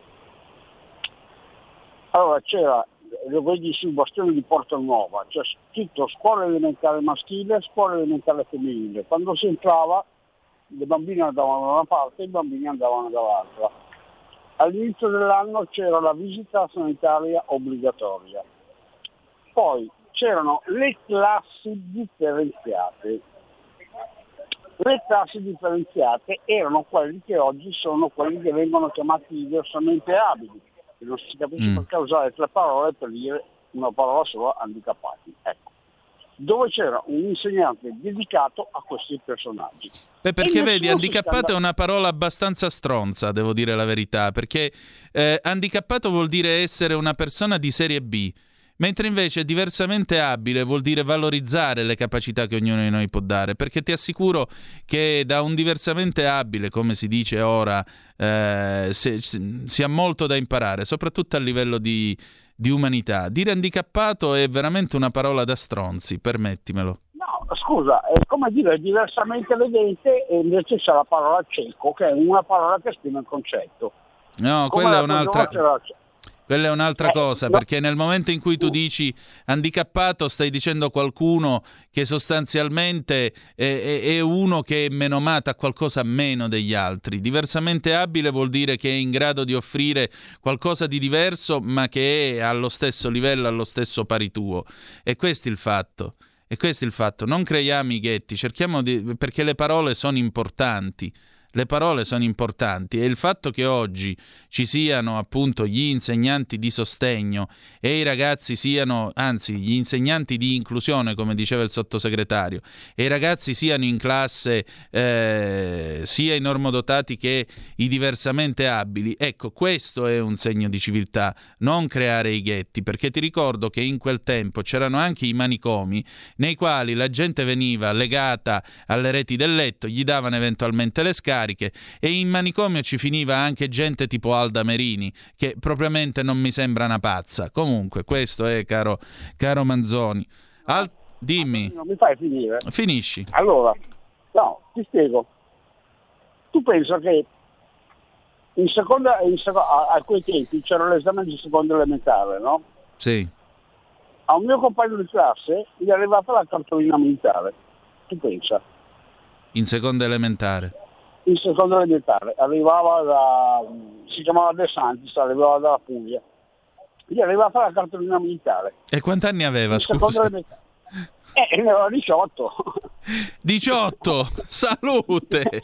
allora c'era, lo vedi sul bastione di Porta Nuova, c'è scritto scuola elementare maschile, scuola elementare femminile. Quando si entrava le bambine andavano da una parte e i bambini andavano dall'altra. All'inizio dell'anno c'era la visita sanitaria obbligatoria. Poi c'erano le classi differenziate. Le classi differenziate erano quelli che oggi sono quelli che vengono chiamati diversamente abili, che non si capisce Mm. perché usare tre parole per dire una parola sola, handicappati. Ecco. Dove c'era un insegnante dedicato a questi personaggi. Beh, perché E vedi, nessuno si handicappato è scanda- una parola abbastanza stronza, devo dire la verità, perché eh, handicappato vuol dire essere una persona di serie B, mentre invece diversamente abile vuol dire valorizzare le capacità che ognuno di noi può dare, perché ti assicuro che da un diversamente abile, come si dice ora, eh, se- si si ha molto da imparare, soprattutto a livello di, di umanità. Dire handicappato è veramente una parola da stronzi, permettimelo. No, scusa, è come dire diversamente vedente e invece c'è la parola cieco, che è una parola che esprime il concetto. No, Come quella è l'altro un'altra... giorno c'era- Quella è un'altra Eh, cosa, no. perché nel momento in cui tu dici handicappato stai dicendo a qualcuno che sostanzialmente è, è- è uno che è menomato, ha qualcosa meno degli altri. Diversamente abile vuol dire che è in grado di offrire qualcosa di diverso, ma che è allo stesso livello, allo stesso pari tuo. E questo è il fatto. E questo è il fatto. Non creiamo i ghetti, cerchiamo di... perché le parole sono importanti. Le parole sono importanti e il fatto che oggi ci siano appunto gli insegnanti di sostegno e i ragazzi siano, anzi gli insegnanti di inclusione, come diceva il sottosegretario, e i ragazzi siano in classe eh, sia i normodotati che i diversamente abili, ecco, questo è un segno di civiltà, non creare i ghetti, perché ti ricordo che in quel tempo c'erano anche i manicomi nei quali la gente veniva legata alle reti del letto, gli davano eventualmente le scariche, e in manicomio ci finiva anche gente tipo Alda Merini, che propriamente non mi sembra una pazza. Comunque questo è, caro, caro Manzoni. Al- dimmi. Non mi fai finire? Finisci. Allora, no, ti spiego. Tu pensa che in seconda, in seco- a, a quei tempi c'era l'esame di seconda elementare, no? Sì. A un mio compagno di classe gli è arrivata la cartolina militare. Tu pensa? In seconda elementare. In seconda elementare arrivava da, si chiamava De Santis, arrivava dalla Puglia, gli è arrivata la cartolina militare. E quanti anni aveva, In seconda scusa? elementare. Eh, ne aveva diciotto. diciotto! Salute!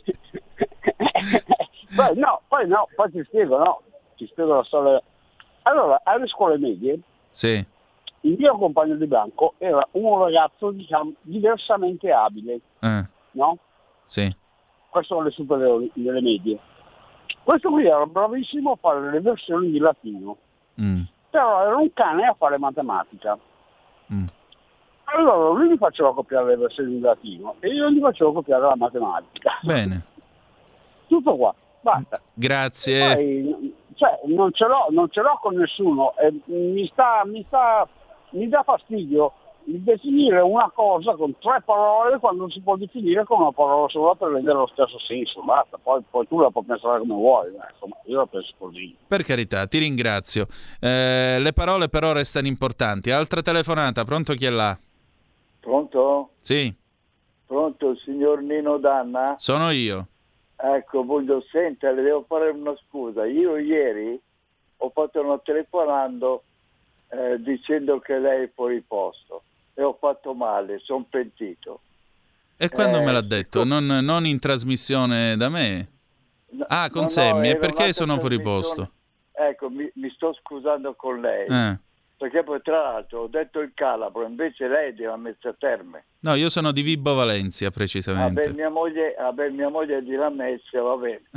Poi no, poi no, poi ti spiego, no, ti spiego la storia. Allora, alle scuole medie, Sì. il mio compagno di banco era un ragazzo, diciamo, diversamente abile, Eh, no? sì. Questo alle superiori, nelle medie. Questo qui era bravissimo a fare le versioni di latino, Mm. però era un cane a fare matematica. Mm. Allora lui mi faceva copiare le versioni di latino e io gli facevo copiare la matematica. Bene. Tutto qua, basta. Grazie. Poi, cioè, non ce l'ho, non ce l'ho con nessuno e mi sta, mi sta, mi dà fastidio il definire una cosa con tre parole quando si può definire con una parola sola per rendere lo stesso senso, basta, poi, poi tu la puoi pensare come vuoi, ma insomma io la penso così. Per carità, ti ringrazio. Eh, le parole però restano importanti. Altra telefonata, pronto, chi è là? Pronto? Sì, Pronto, signor Nino Danna? sono io. Ecco, voglio sentire, le devo fare una scusa. Io ieri ho fatto una telefonando eh, dicendo che lei è fuori posto e ho fatto male, sono pentito. E quando Eh, me l'ha detto? Non, non in trasmissione da me? Ah, con no, no, Semmi, e era perché un'altra sono fuori trasmissione. posto? Ecco, mi, mi sto scusando con lei, Eh. perché poi tra l'altro ho detto il calabro, invece lei deve messa a Terme. No, io sono di Vibo Valencia, precisamente. Vabbè, mia moglie, vabbè, mia moglie è di Lamezia, va bene. Eh.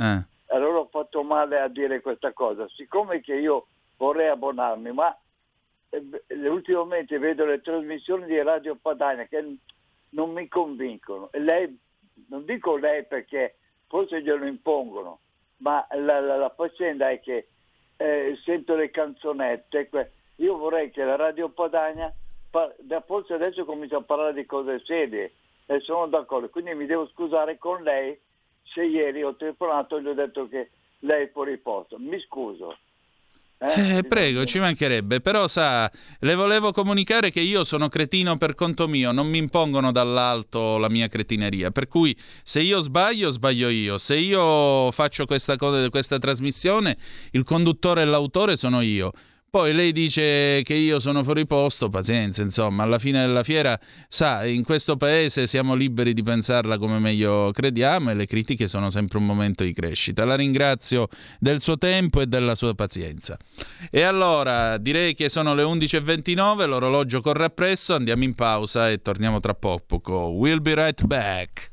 allora ho fatto male a dire questa cosa. Siccome che io vorrei abbonarmi, ma eh, ultimamente vedo le trasmissioni di Radio Padania che non mi convincono. E lei, non dico lei perché forse glielo impongono, ma la, la, la faccenda è che eh, sento le canzonette. Io vorrei che la Radio Padania, forse adesso comincia a parlare di cose serie, e sono d'accordo, quindi mi devo scusare con lei se ieri ho telefonato e gli ho detto che lei è fuori posto. Mi scuso. Eh, eh, prego, ci mancherebbe, però sa, le volevo comunicare che io sono cretino per conto mio, non mi impongono dall'alto la mia cretineria, per cui se io sbaglio, sbaglio io, se io faccio questa, cosa, questa trasmissione, il conduttore e l'autore sono io. Poi lei dice che io sono fuori posto, pazienza, insomma, alla fine della fiera, sa, in questo paese siamo liberi di pensarla come meglio crediamo e le critiche sono sempre un momento di crescita. La ringrazio del suo tempo e della sua pazienza. E allora, direi che sono le undici e ventinove, l'orologio corre appresso, andiamo in pausa e torniamo tra poco. We'll be right back.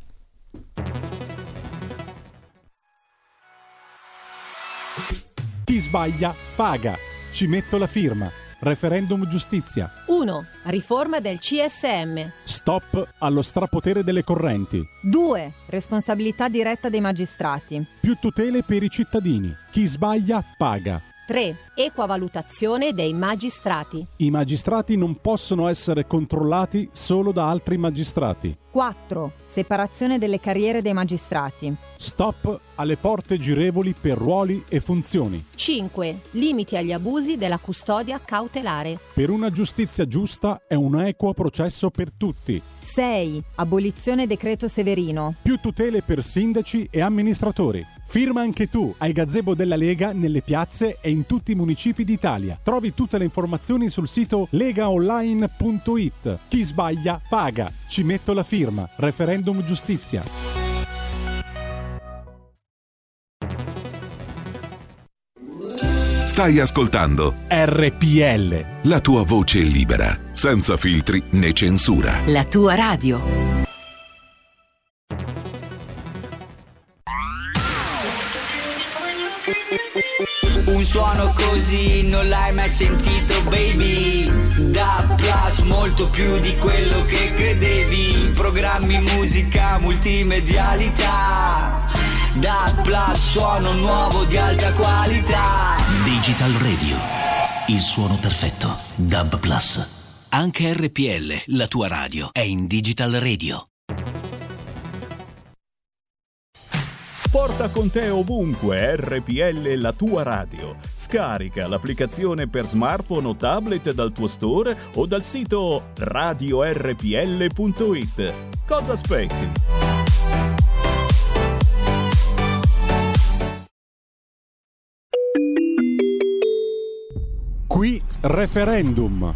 Chi sbaglia paga. Ci metto la firma. Referendum giustizia. uno. Riforma del C S M. Stop allo strapotere delle correnti. due. Responsabilità diretta dei magistrati. Più tutele per i cittadini. Chi sbaglia paga. tre. Equa valutazione dei magistrati. I magistrati non possono essere controllati solo da altri magistrati. quattro. Separazione delle carriere dei magistrati. Stop alle porte girevoli per ruoli e funzioni. cinque. Limiti agli abusi della custodia cautelare. Per una giustizia giusta è un equo processo per tutti. sei. Abolizione decreto Severino. Più tutele per sindaci e amministratori. Firma anche tu ai gazebo della Lega nelle piazze e in tutti i municipi d'Italia. Trovi tutte le informazioni sul sito legaonline punto it. Chi sbaglia paga. Ci metto la firma. Referendum giustizia. Stai ascoltando R P L. La tua voce libera, senza filtri né censura. La tua radio. Un suono così non l'hai mai sentito, baby. Da Plus, molto più di quello che credevi. Programmi, musica, multimedialità. Da Plus, suono nuovo di alta qualità. Digital Radio, il suono perfetto. Dub Plus. Anche R P L, la tua radio, è in Digital Radio. Porta con te ovunque R P L, la tua radio. Scarica l'applicazione per smartphone o tablet dal tuo store o dal sito radio erre pi elle punto it. Cosa aspetti? Qui referendum.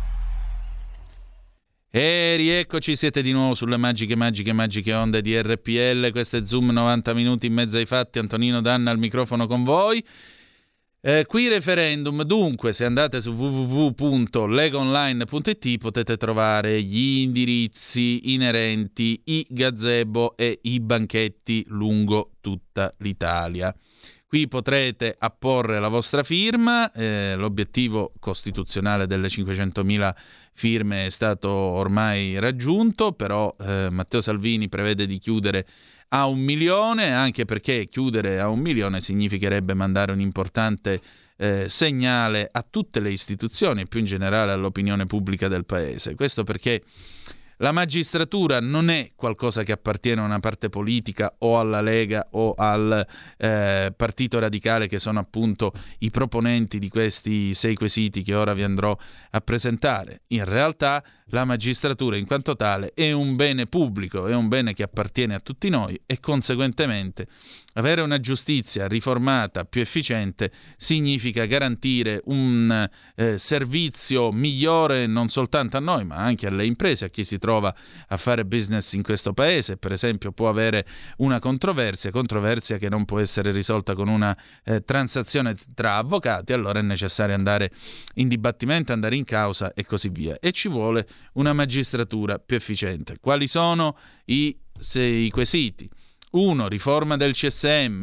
E rieccoci, siete di nuovo sulle magiche, magiche, magiche onde di R P L. Questo è Zoom, novanta minuti in mezzo ai fatti. Antonino Danna al microfono con voi. Eh, qui referendum, dunque, se andate su w w w punto legaonline punto it potete trovare gli indirizzi inerenti i gazebo e i banchetti lungo tutta l'Italia. Qui potrete apporre la vostra firma, eh, l'obiettivo costituzionale delle cinquecentomila firme è stato ormai raggiunto, però eh, Matteo Salvini prevede di chiudere a un milione, anche perché chiudere a un milione significherebbe mandare un importante eh, segnale a tutte le istituzioni e più in generale all'opinione pubblica del Paese. Questo perché la magistratura non è qualcosa che appartiene a una parte politica o alla Lega o al eh, Partito Radicale, che sono appunto i proponenti di questi sei quesiti che ora vi andrò a presentare. In realtà la magistratura in quanto tale è un bene pubblico, è un bene che appartiene a tutti noi e conseguentemente avere una giustizia riformata, più efficiente, significa garantire un eh, servizio migliore non soltanto a noi ma anche alle imprese, a chi si trova a fare business in questo paese. Per esempio può avere una controversia, controversia che non può essere risolta con una eh, transazione tra avvocati, allora è necessario andare in dibattimento, andare in causa e così via. E ci vuole una magistratura più efficiente. Quali sono i sei quesiti? uno. Riforma del C S M.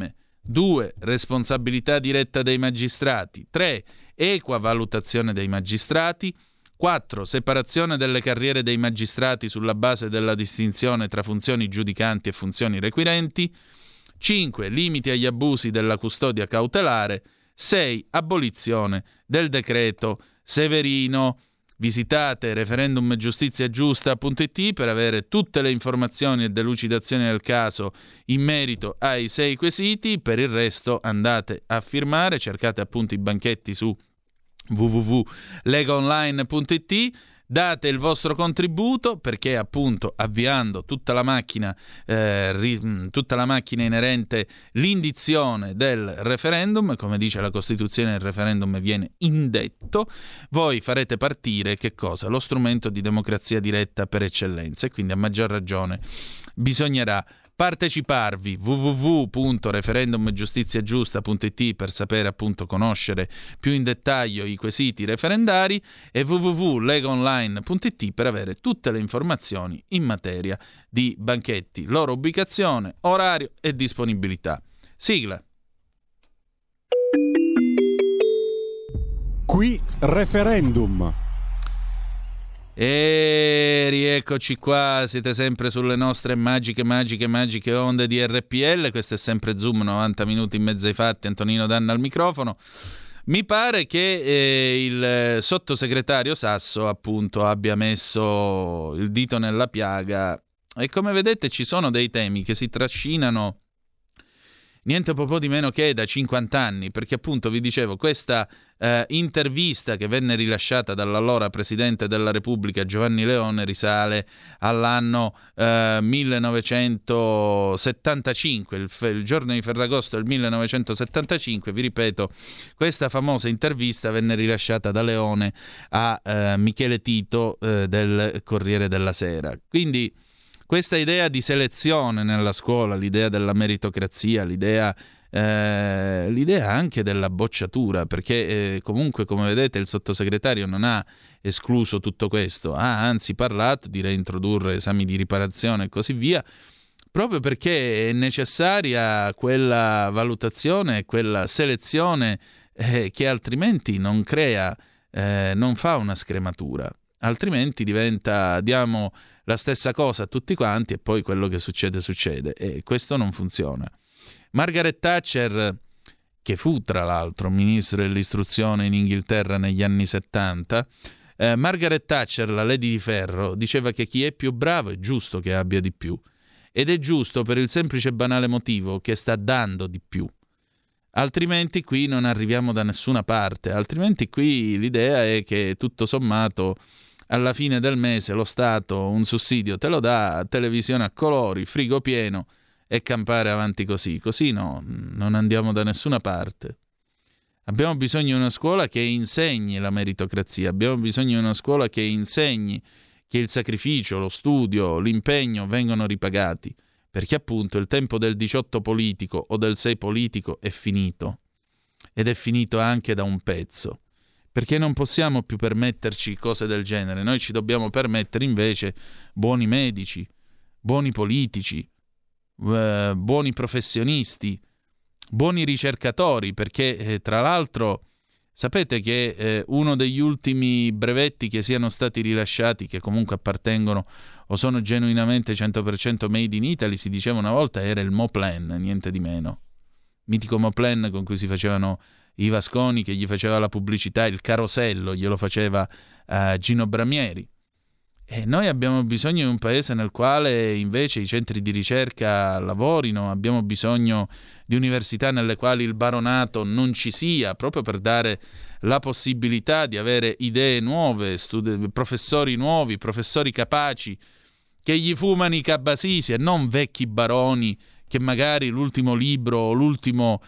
due. Responsabilità diretta dei magistrati. tre. Equa valutazione dei magistrati. quattro. Separazione delle carriere dei magistrati sulla base della distinzione tra funzioni giudicanti e funzioni requirenti. cinque. Limiti agli abusi della custodia cautelare. sei. Abolizione del decreto Severino. Visitate referendum giustizia giusta punto it per avere tutte le informazioni e delucidazioni del caso in merito ai sei quesiti. Per il resto andate a firmare, cercate appunto i banchetti su w w w punto legaonline punto it, date il vostro contributo, perché appunto avviando tutta la macchina eh, ri, tutta la macchina inerente l'indizione del referendum, come dice la Costituzione, il referendum viene indetto, voi farete partire che cosa? Lo strumento di democrazia diretta per eccellenza, e quindi a maggior ragione bisognerà parteciparvi. w w w punto referendum giustizia giusta punto it per sapere appunto conoscere più in dettaglio i quesiti referendari, e w w w punto legaonline punto it per avere tutte le informazioni in materia di banchetti, loro ubicazione, orario e disponibilità. Sigla. Qui referendum. E rieccoci qua, siete sempre sulle nostre magiche, magiche, magiche onde di R P L. Questo è sempre Zoom, novanta minuti in mezzo ai fatti. Antonino Danna al microfono. Mi pare che eh, il sottosegretario Sasso appunto abbia messo il dito nella piaga, e come vedete ci sono dei temi che si trascinano niente po' di meno che da cinquanta anni, perché appunto vi dicevo questa eh, intervista che venne rilasciata dall'allora Presidente della Repubblica Giovanni Leone risale all'anno eh, millenovecentosettantacinque, il, il giorno di Ferragosto del millenovecentosettantacinque. Vi ripeto, questa famosa intervista venne rilasciata da Leone a eh, Michele Tito eh, del Corriere della Sera. Quindi questa idea di selezione nella scuola, l'idea della meritocrazia, l'idea, eh, l'idea anche della bocciatura, perché eh, comunque, come vedete, il sottosegretario non ha escluso tutto questo, ha anzi parlato di reintrodurre esami di riparazione e così via, proprio perché è necessaria quella valutazione, quella selezione eh, che altrimenti non crea, eh, non fa una scrematura. Altrimenti diventa, diamo la stessa cosa a tutti quanti e poi quello che succede succede, e questo non funziona. Margaret Thatcher, che fu tra l'altro ministro dell'istruzione in Inghilterra negli anni settanta, eh, Margaret Thatcher, la Lady di Ferro, diceva che chi è più bravo è giusto che abbia di più, ed è giusto per il semplice e banale motivo che sta dando di più. Altrimenti qui non arriviamo da nessuna parte, altrimenti qui l'idea è che tutto sommato alla fine del mese lo Stato un sussidio te lo dà, televisione a colori, frigo pieno, e campare avanti così. Così no, non andiamo da nessuna parte. Abbiamo bisogno di una scuola che insegni la meritocrazia, abbiamo bisogno di una scuola che insegni che il sacrificio, lo studio, l'impegno vengono ripagati, perché appunto il tempo del diciotto politico o del sei politico è finito, ed è finito anche da un pezzo. Perché non possiamo più permetterci cose del genere. Noi ci dobbiamo permettere invece buoni medici, buoni politici, eh, buoni professionisti, buoni ricercatori, perché eh, tra l'altro sapete che eh, uno degli ultimi brevetti che siano stati rilasciati, che comunque appartengono o sono genuinamente cento per cento made in Italy, si diceva una volta, era il Moplen, niente di meno. Mitico Moplen con cui si facevano i Vasconi, che gli faceva la pubblicità, il carosello glielo faceva uh, Gino Bramieri. E noi abbiamo bisogno di un paese nel quale invece i centri di ricerca lavorino, abbiamo bisogno di università nelle quali il baronato non ci sia, proprio per dare la possibilità di avere idee nuove, studi- professori nuovi, professori capaci, che gli fumano i cabasisi e non vecchi baroni che magari l'ultimo libro o l'ultimo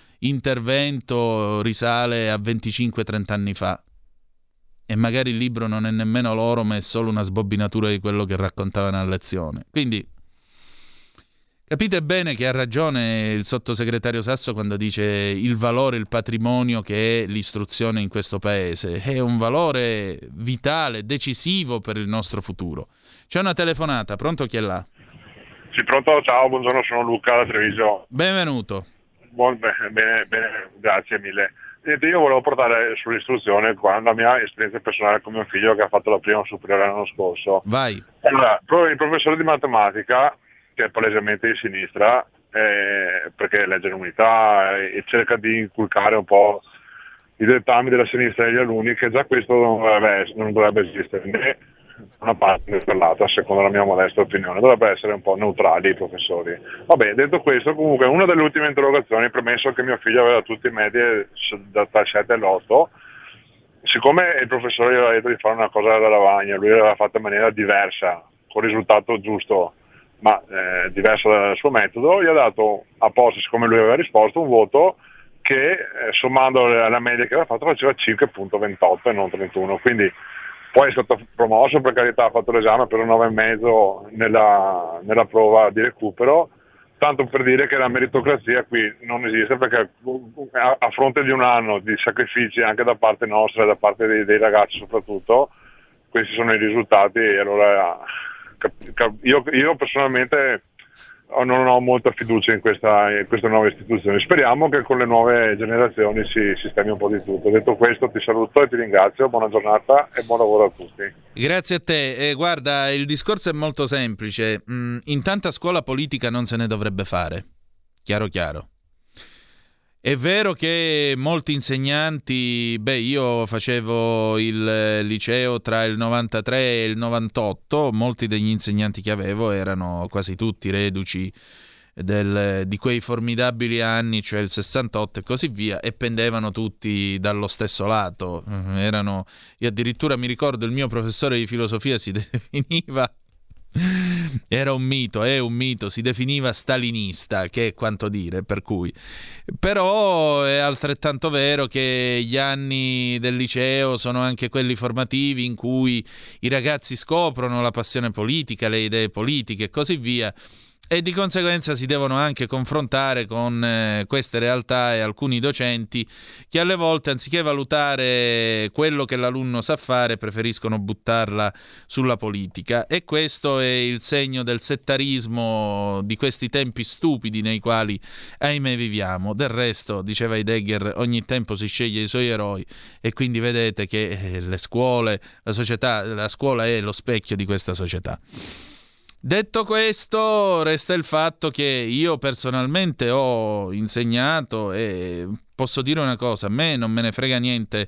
intervento risale a venticinque trenta anni fa, e magari il libro non è nemmeno loro, ma è solo una sbobbinatura di quello che raccontavano a lezione. Quindi capite bene che ha ragione il sottosegretario Sasso quando dice il valore, il patrimonio che è l'istruzione in questo paese. È un valore vitale, decisivo per il nostro futuro. C'è una telefonata, pronto, chi è là? Sì, pronto, ciao, buongiorno, sono Luca da Treviso. Benvenuto. buon, bene, bene, grazie mille. Niente, io volevo portare sull'istruzione qua la mia esperienza personale con mio figlio che ha fatto la prima superiore l'anno scorso. Vai. Allora, il professore di matematica, che è palesemente di sinistra, eh, perché legge l'unità e cerca di inculcare un po' i dettami della sinistra degli alunni, che già questo non dovrebbe, non dovrebbe esistere né da una parte né per l'altra, secondo la mia modesta opinione, dovrebbe essere un po' neutrali i professori. Vabbè, detto questo, comunque una delle ultime interrogazioni, premesso che mio figlio aveva tutti i medi da tra il sette e l'otto, siccome il professore gli aveva detto di fare una cosa da lavagna, lui l'aveva fatta in maniera diversa, con risultato giusto, ma eh, diverso dal suo metodo, gli ha dato a posto, siccome lui aveva risposto, un voto che eh, sommando la media che aveva fatto faceva cinque virgola ventotto e non trentuno, quindi poi è stato promosso, per carità, ha fatto l'esame per un nove e mezzo nella, nella prova di recupero, tanto per dire che la meritocrazia qui non esiste, perché a, a fronte di un anno di sacrifici anche da parte nostra e da parte dei, dei ragazzi soprattutto, questi sono i risultati. E allora io, io personalmente non ho molta fiducia in, questa, in queste nuove istituzioni. Speriamo che con le nuove generazioni si sistemi un po' di tutto. Detto questo, ti saluto e ti ringrazio, buona giornata e buon lavoro a tutti. Grazie a te. Eh, guarda, il discorso è molto semplice. Mm, in tanta scuola politica non se ne dovrebbe fare. Chiaro chiaro. È vero che molti insegnanti, beh, io facevo il liceo tra il novantatré e il novantotto, molti degli insegnanti che avevo erano quasi tutti reduci del, di quei formidabili anni, cioè il sessantotto e così via, e pendevano tutti dallo stesso lato. Erano, io addirittura mi ricordo il mio professore di filosofia si definiva... Era un mito, è un mito, si definiva stalinista, che è quanto dire, per cui. Però è altrettanto vero che gli anni del liceo sono anche quelli formativi in cui i ragazzi scoprono la passione politica, le idee politiche e così via, e di conseguenza si devono anche confrontare con eh, queste realtà e alcuni docenti che alle volte, anziché valutare quello che l'alunno sa fare, preferiscono buttarla sulla politica, e questo è il segno del settarismo di questi tempi stupidi nei quali, ahimè, viviamo. Del resto, diceva Heidegger, ogni tempo si sceglie i suoi eroi, e quindi vedete che eh, le scuole, la società, la scuola è lo specchio di questa società. Detto questo, resta il fatto che io personalmente ho insegnato e posso dire una cosa: a me non me ne frega niente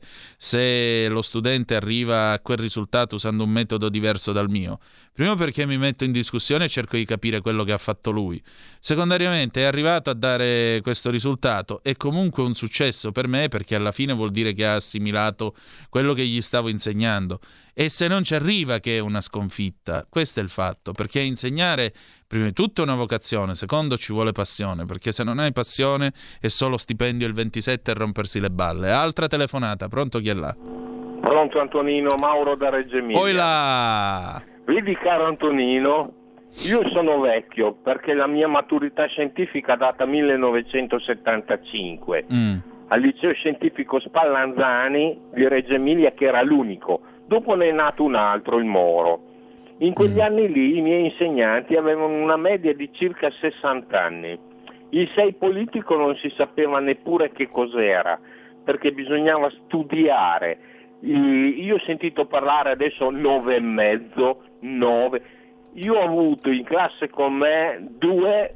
se lo studente arriva a quel risultato usando un metodo diverso dal mio. Primo, perché mi metto in discussione e cerco di capire quello che ha fatto lui. Secondariamente, è arrivato a dare questo risultato, è comunque un successo per me, perché alla fine vuol dire che ha assimilato quello che gli stavo insegnando. E se non ci arriva, che è una sconfitta. Questo è il fatto, perché insegnare prima di tutto è una vocazione, secondo ci vuole passione, perché se non hai passione è solo stipendio il ventisette e rompersi le balle. Altra telefonata, pronto, chi è là? Pronto Antonino, Mauro da Reggio Emilia. Poi là! Vedi caro Antonino, io sono vecchio perché la mia maturità scientifica data millenovecentosettantacinque mm. al liceo scientifico Spallanzani di Reggio Emilia, che era l'unico. Dopo ne è nato un altro, il Moro. In quegli mm. anni lì i miei insegnanti avevano una media di circa sessanta anni. Il sei politico non si sapeva neppure che cos'era, perché bisognava studiare. Io ho sentito parlare adesso nove e mezzo, nove. Io ho avuto in classe con me due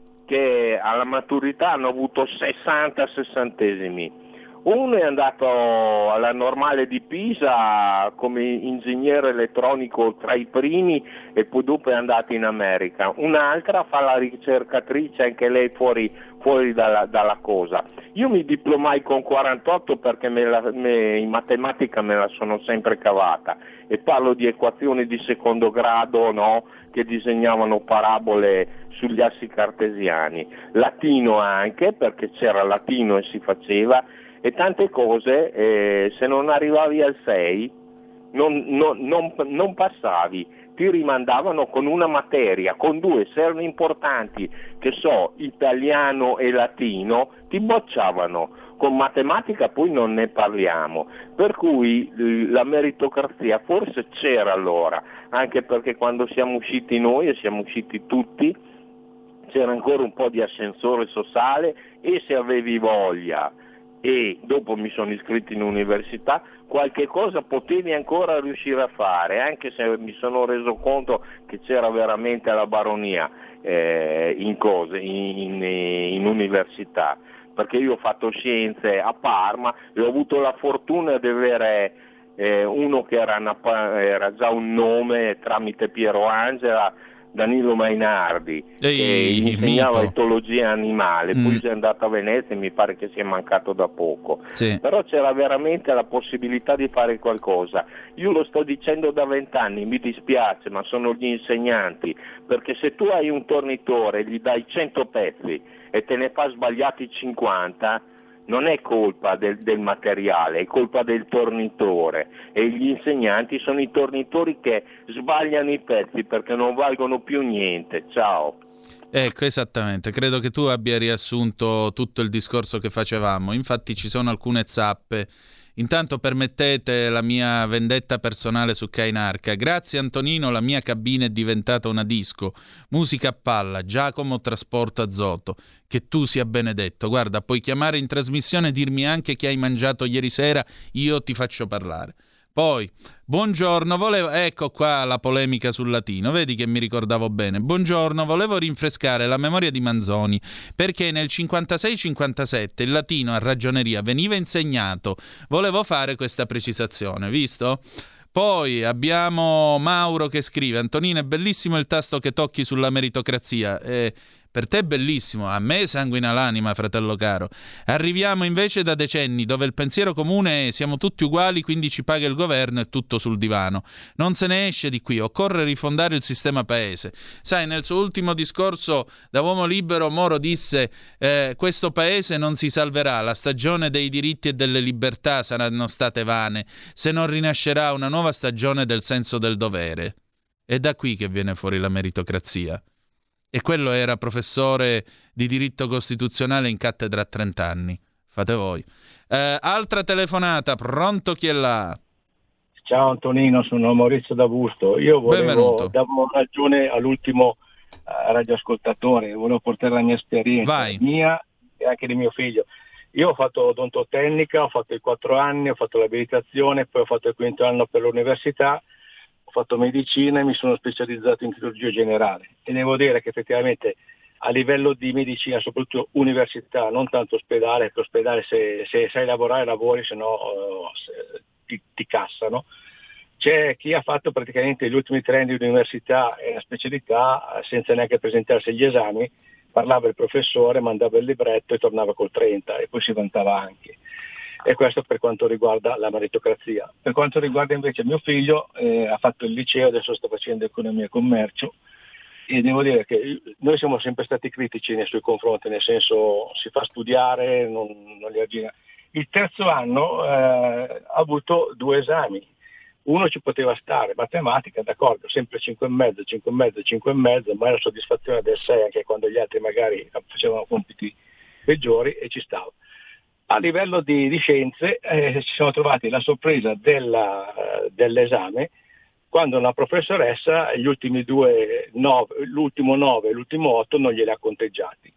che alla maturità hanno avuto sessanta sessantesimi. Uno è andato alla Normale di Pisa come ingegnere elettronico tra i primi e poi dopo è andato in America. Un'altra fa la ricercatrice, anche lei fuori, fuori dalla, dalla cosa. Io mi diplomai con quarantotto perché me la, me, in matematica me la sono sempre cavata, e parlo di equazioni di secondo grado, no? Che disegnavano parabole sugli assi cartesiani. Latino anche, perché c'era latino e si faceva, e tante cose, eh, se non arrivavi al sei non, non, non, non passavi, ti rimandavano con una materia, con due, se erano importanti, che so, italiano e latino, ti bocciavano. Con matematica poi non ne parliamo, per cui la meritocrazia forse c'era allora, anche perché quando siamo usciti noi, e siamo usciti tutti, c'era ancora un po' di ascensore sociale e se avevi voglia e dopo mi sono iscritto in università, qualche cosa potevi ancora riuscire a fare, anche se mi sono reso conto che c'era veramente la baronia eh, in cose, in, in, in università, perché io ho fatto scienze a Parma e ho avuto la fortuna di avere eh, uno che era, una, era già un nome tramite Piero Angela, Danilo Mainardi, Ehi, che insegnava mito. etologia animale, Mm. poi è andato a Venezia e mi pare che sia mancato da poco. Sì. Però c'era veramente la possibilità di fare qualcosa. Io lo sto dicendo da vent'anni, mi dispiace, ma sono gli insegnanti, perché se tu hai un tornitore e gli dai cento pezzi e te ne fa sbagliati cinquanta, non è colpa del, del materiale, è colpa del tornitore, e gli insegnanti sono i tornitori che sbagliano i pezzi perché non valgono più niente. Ciao. Ecco, esattamente, credo che tu abbia riassunto tutto il discorso che facevamo. Infatti ci sono alcune zappe. Intanto permettete la mia vendetta personale su Kainarca. Grazie Antonino, la mia cabina è diventata una disco. Musica a palla, Giacomo Trasporto Azoto. Che tu sia benedetto. Guarda, puoi chiamare in trasmissione e dirmi anche che hai mangiato ieri sera, io ti faccio parlare. Poi, buongiorno, volevo... Ecco qua la polemica sul latino, vedi che mi ricordavo bene. Buongiorno, volevo rinfrescare la memoria di Manzoni, perché nel cinquantasei cinquantasette il latino a ragioneria veniva insegnato. Volevo fare questa precisazione, visto? Poi abbiamo Mauro che scrive: Antonino, è bellissimo il tasto che tocchi sulla meritocrazia. Eh, per te è bellissimo, a me sanguina l'anima, fratello caro. Arriviamo invece da decenni dove il pensiero comune è siamo tutti uguali, quindi ci paga il governo e tutto sul divano. Non se ne esce di qui, occorre rifondare il sistema paese. Sai, nel suo ultimo discorso da uomo libero Moro disse eh, questo paese non si salverà, la stagione dei diritti e delle libertà saranno state vane se non rinascerà una nuova stagione del senso del dovere. È da qui che viene fuori la meritocrazia. E quello era professore di diritto costituzionale in cattedra a trenta anni. Fate voi. Eh, altra telefonata, pronto, chi è là? Ciao Antonino, sono Maurizio D'Augusto. Io volevo Benvenuto. dare ragione all'ultimo uh, radioascoltatore, volevo portare la mia esperienza, Vai. mia e anche di mio figlio. Io ho fatto odontotecnica, ho fatto i quattro anni, ho fatto l'abilitazione, poi ho fatto il quinto anno per l'università, ho fatto medicina e mi sono specializzato in chirurgia generale. E devo dire che effettivamente a livello di medicina, soprattutto università, non tanto ospedale, perché ospedale se, se sai lavorare lavori, se no uh, se, ti, ti cassano. C'è chi ha fatto praticamente gli ultimi tre anni di università e la specialità senza neanche presentarsi agli esami, parlava il professore, mandava il libretto e tornava col trenta e poi si vantava anche. E questo per quanto riguarda la meritocrazia. Per quanto riguarda invece mio figlio, eh, ha fatto il liceo, adesso sta facendo economia e commercio, e devo dire che noi siamo sempre stati critici nei suoi confronti, nel senso si fa studiare, non, non li argina. Il terzo anno eh, ha avuto due esami, uno ci poteva stare, matematica, d'accordo, sempre cinque e mezzo, cinque e mezzo, cinque e mezzo, ma era soddisfazione del sei anche quando gli altri magari facevano compiti peggiori e ci stava. A livello di, di scienze eh, ci siamo trovati la sorpresa della, uh, dell'esame quando una professoressa gli ultimi due nove, l'ultimo nove e l'ultimo otto non glieli ha conteggiati.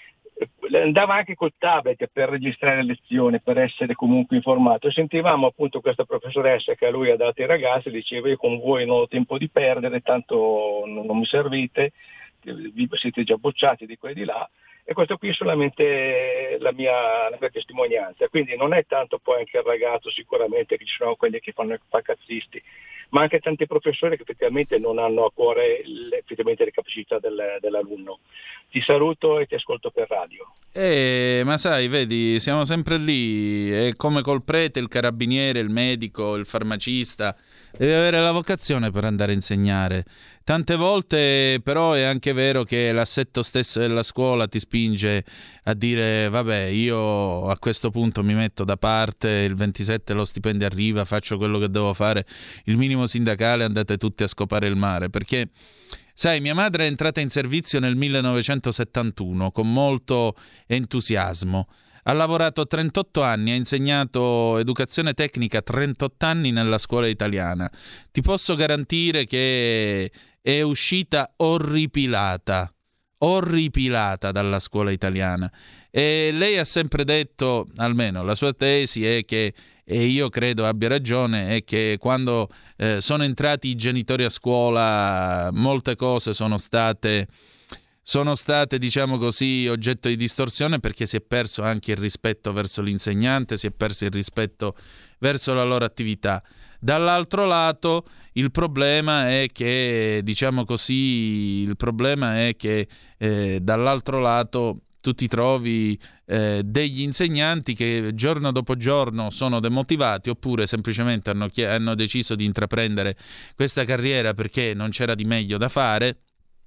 Andava anche col tablet per registrare le lezioni, per essere comunque informato. Sentivamo appunto questa professoressa che a lui ha dato i ragazzi, diceva: io con voi non ho tempo di perdere, tanto non, non mi servite, vi siete già bocciati di qua e di là. E questo qui è solamente la mia, la mia testimonianza, quindi non è tanto poi anche il ragazzo, sicuramente che ci sono quelli che fanno i cazzisti, ma anche tanti professori che effettivamente non hanno a cuore le, effettivamente le capacità del, dell'alunno. Ti saluto e ti ascolto per radio. Eh, ma sai, vedi, siamo sempre lì, è come col prete, il carabiniere, il medico, il farmacista, deve avere la vocazione per andare a insegnare. Tante volte però è anche vero che l'assetto stesso della scuola ti spinge a dire: vabbè, io a questo punto mi metto da parte, il ventisette lo stipendio arriva, faccio quello che devo fare, il minimo sindacale, andate tutti a scopare il mare. Perché sai, mia madre è entrata in servizio nel millenovecentosettantuno con molto entusiasmo. Ha lavorato trentotto anni, ha insegnato educazione tecnica trentotto anni nella scuola italiana. Ti posso garantire che è uscita orripilata, orripilata dalla scuola italiana. E lei ha sempre detto, almeno la sua tesi è che, e io credo abbia ragione, è che quando eh, sono entrati i genitori a scuola molte cose sono state sono state, diciamo così, oggetto di distorsione, perché si è perso anche il rispetto verso l'insegnante, si è perso il rispetto verso la loro attività. Dall'altro lato il problema è che, diciamo così, il problema è che eh, dall'altro lato tu ti trovi eh, degli insegnanti che giorno dopo giorno sono demotivati, oppure semplicemente hanno, chi- hanno deciso di intraprendere questa carriera perché non c'era di meglio da fare,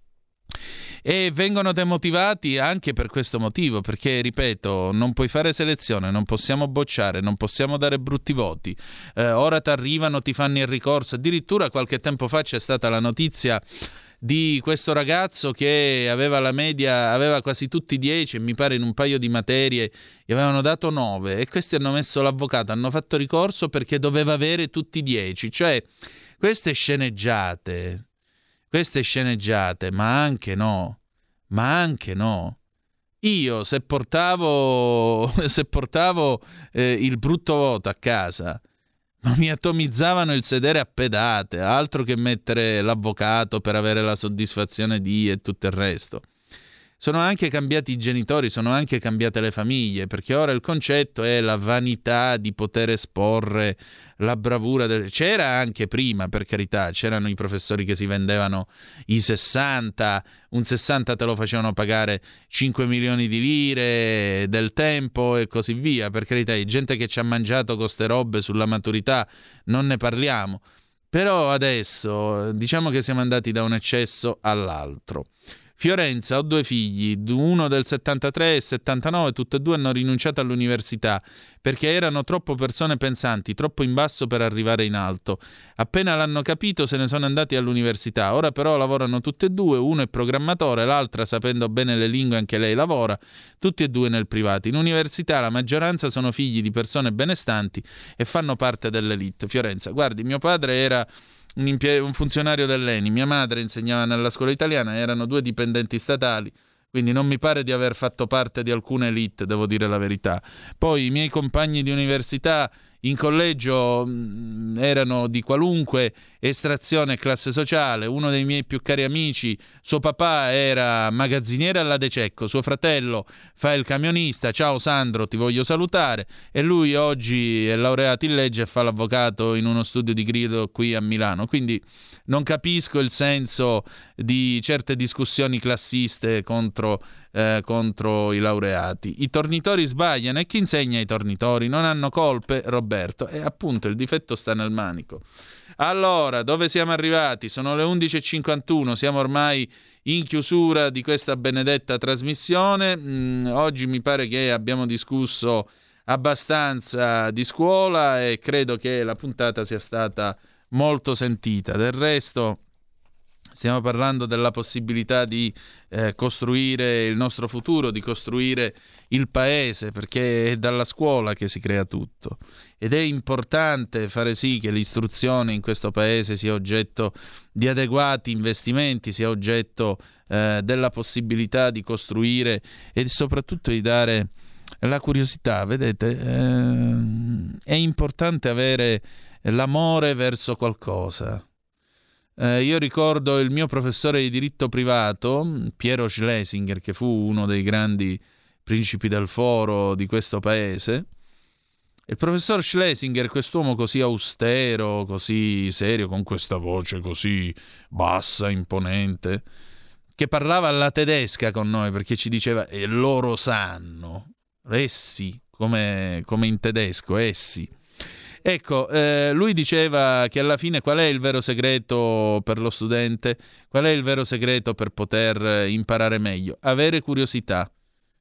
e vengono demotivati anche per questo motivo, perché, ripeto, non puoi fare selezione, non possiamo bocciare, non possiamo dare brutti voti, eh, ora ti arrivano, ti fanno il ricorso. Addirittura qualche tempo fa c'è stata la notizia di questo ragazzo che aveva la media, aveva quasi tutti dieci, e mi pare in un paio di materie gli avevano dato nove, e questi hanno messo l'avvocato, hanno fatto ricorso perché doveva avere tutti dieci. Cioè, queste sceneggiate Queste sceneggiate, ma anche no, ma anche no. Io se portavo, se portavo eh, il brutto voto a casa, ma mi atomizzavano il sedere a pedate, altro che mettere l'avvocato per avere la soddisfazione di e tutto il resto. Sono anche cambiati i genitori, sono anche cambiate le famiglie, perché ora il concetto è la vanità di poter esporre la bravura. Del... C'era anche prima, per carità, c'erano i professori che si vendevano i sessanta, un sessanta te lo facevano pagare cinque milioni di lire del tempo e così via, per carità, è gente che ci ha mangiato con ste robe sulla maturità, non ne parliamo. Però adesso diciamo che siamo andati da un eccesso all'altro. Fiorenza, ho due figli, uno del settantatré e settantanove, tutte e due hanno rinunciato all'università perché erano troppo persone pensanti, troppo in basso per arrivare in alto. Appena l'hanno capito se ne sono andati all'università, ora però lavorano tutte e due, uno è programmatore, l'altra, sapendo bene le lingue, anche lei lavora, tutti e due nel privato. In università la maggioranza sono figli di persone benestanti e fanno parte dell'elite. Fiorenza, guardi, mio padre era Un, impie- un funzionario dell'Eni, mia madre insegnava nella scuola italiana, erano due dipendenti statali, quindi non mi pare di aver fatto parte di alcuna elite, devo dire la verità. Poi i miei compagni di università in collegio mh, erano di qualunque estrazione e classe sociale. Uno dei miei più cari amici, suo papà era magazziniere alla De Cecco, suo fratello fa il camionista, ciao Sandro, ti voglio salutare, e lui oggi è laureato in legge e fa l'avvocato in uno studio di grido qui a Milano. Quindi non capisco il senso di certe discussioni classiste contro Eh, contro i laureati. I tornitori sbagliano, e chi insegna ai tornitori? Non hanno colpe, Roberto, e appunto il difetto sta nel manico. Allora, dove siamo arrivati? Sono le undici e cinquantuno, siamo ormai in chiusura di questa benedetta trasmissione. Mm, oggi mi pare che abbiamo discusso abbastanza di scuola e credo che la puntata sia stata molto sentita. Del resto stiamo parlando della possibilità di eh, costruire il nostro futuro, di costruire il paese, perché è dalla scuola che si crea tutto. Ed è importante fare sì che l'istruzione in questo paese sia oggetto di adeguati investimenti, sia oggetto eh, della possibilità di costruire e soprattutto di dare la curiosità. Vedete, eh, è importante avere l'amore verso qualcosa. Eh, io ricordo il mio professore di diritto privato, Piero Schlesinger, che fu uno dei grandi principi del foro di questo paese. Il professor Schlesinger, quest'uomo così austero, così serio, con questa voce così bassa, imponente, che parlava alla tedesca con noi perché ci diceva e loro sanno, essi, come, come in tedesco, essi. Ecco, eh, lui diceva che alla fine qual è il vero segreto per lo studente? Qual è il vero segreto per poter imparare meglio? Avere curiosità.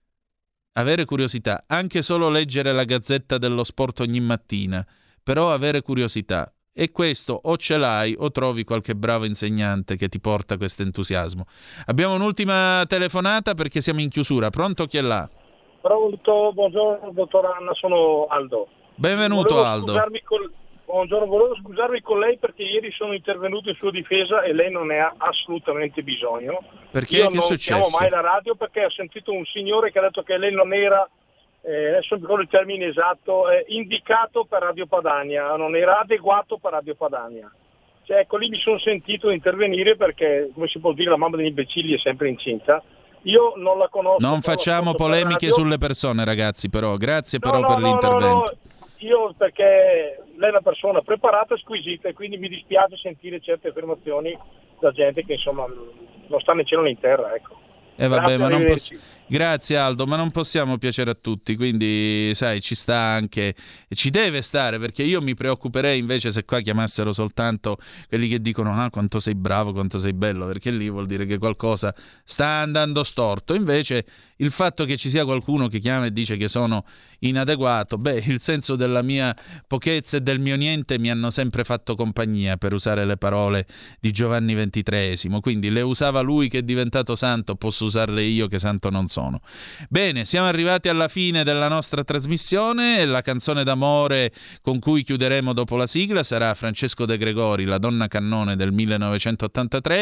Avere curiosità. Anche solo leggere la Gazzetta dello Sport ogni mattina. Però avere curiosità. E questo o ce l'hai o trovi qualche bravo insegnante che ti porta questo entusiasmo. Abbiamo un'ultima telefonata perché siamo in chiusura. Pronto, chi è là? Pronto, buongiorno dottor Anna, sono Aldo. Benvenuto volevo Aldo. Scusarmi col, Buongiorno, volevo scusarmi con lei perché ieri sono intervenuto in sua difesa e lei non ne ha assolutamente bisogno. Perché? Io che non è successo? chiamo mai la radio perché ho sentito un signore che ha detto che lei non era, eh, adesso non ricordo il termine esatto, eh, indicato per Radio Padania, non era adeguato per Radio Padania. Cioè, ecco, lì mi sono sentito intervenire perché, come si può dire, la mamma degli imbecilli è sempre incinta. Io non la conosco. Non facciamo polemiche sulle persone, ragazzi, però. Grazie no, però no, per no, l'intervento. No, no. Io perché lei è una persona preparata e squisita e quindi mi dispiace sentire certe affermazioni da gente che insomma non sta né cielo né in terra, ecco. Eh vabbè, Grazie, ma non poss- Grazie Aldo, ma non possiamo piacere a tutti, quindi sai, ci sta anche, ci deve stare, perché io mi preoccuperei invece se qua chiamassero soltanto quelli che dicono ah quanto sei bravo, quanto sei bello, perché lì vuol dire che qualcosa sta andando storto. Invece il fatto che ci sia qualcuno che chiama e dice che sono inadeguato, beh, il senso della mia pochezza e del mio niente mi hanno sempre fatto compagnia, per usare le parole di Giovanni ventitreesimo, quindi le usava lui che è diventato santo, posso usarle io che santo non sono. Bene, siamo arrivati alla fine della nostra trasmissione e la canzone d'amore con cui chiuderemo dopo la sigla sarà Francesco De Gregori, La donna cannone del millenovecentottantatré.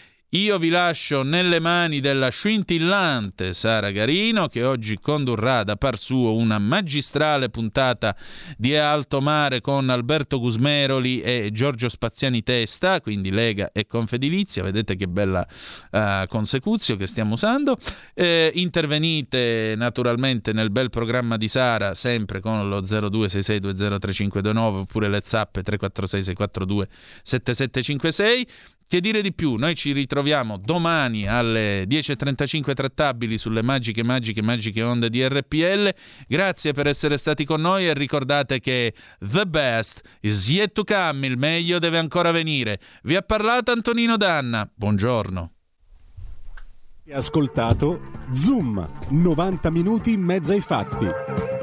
Io vi lascio nelle mani della scintillante Sara Garino, che oggi condurrà da par suo una magistrale puntata di Alto Mare con Alberto Gusmeroli e Giorgio Spaziani Testa, quindi Lega e Confedilizia. Vedete che bella uh, consecuzio che stiamo usando. Eh, intervenite naturalmente nel bel programma di Sara, sempre con lo zero due sei sei due zero tre cinque due nove oppure le zappe tre quattro sei sei quattro due sette sette cinque sei. Che dire di più? Noi ci ritroviamo domani alle dieci e trentacinque trattabili sulle magiche, magiche, magiche onde di R P L. Grazie per essere stati con noi e ricordate che the best is yet to come, il meglio deve ancora venire. Vi ha parlato Antonino Danna. Buongiorno. Ascoltato Zoom, novanta minuti in mezzo ai fatti.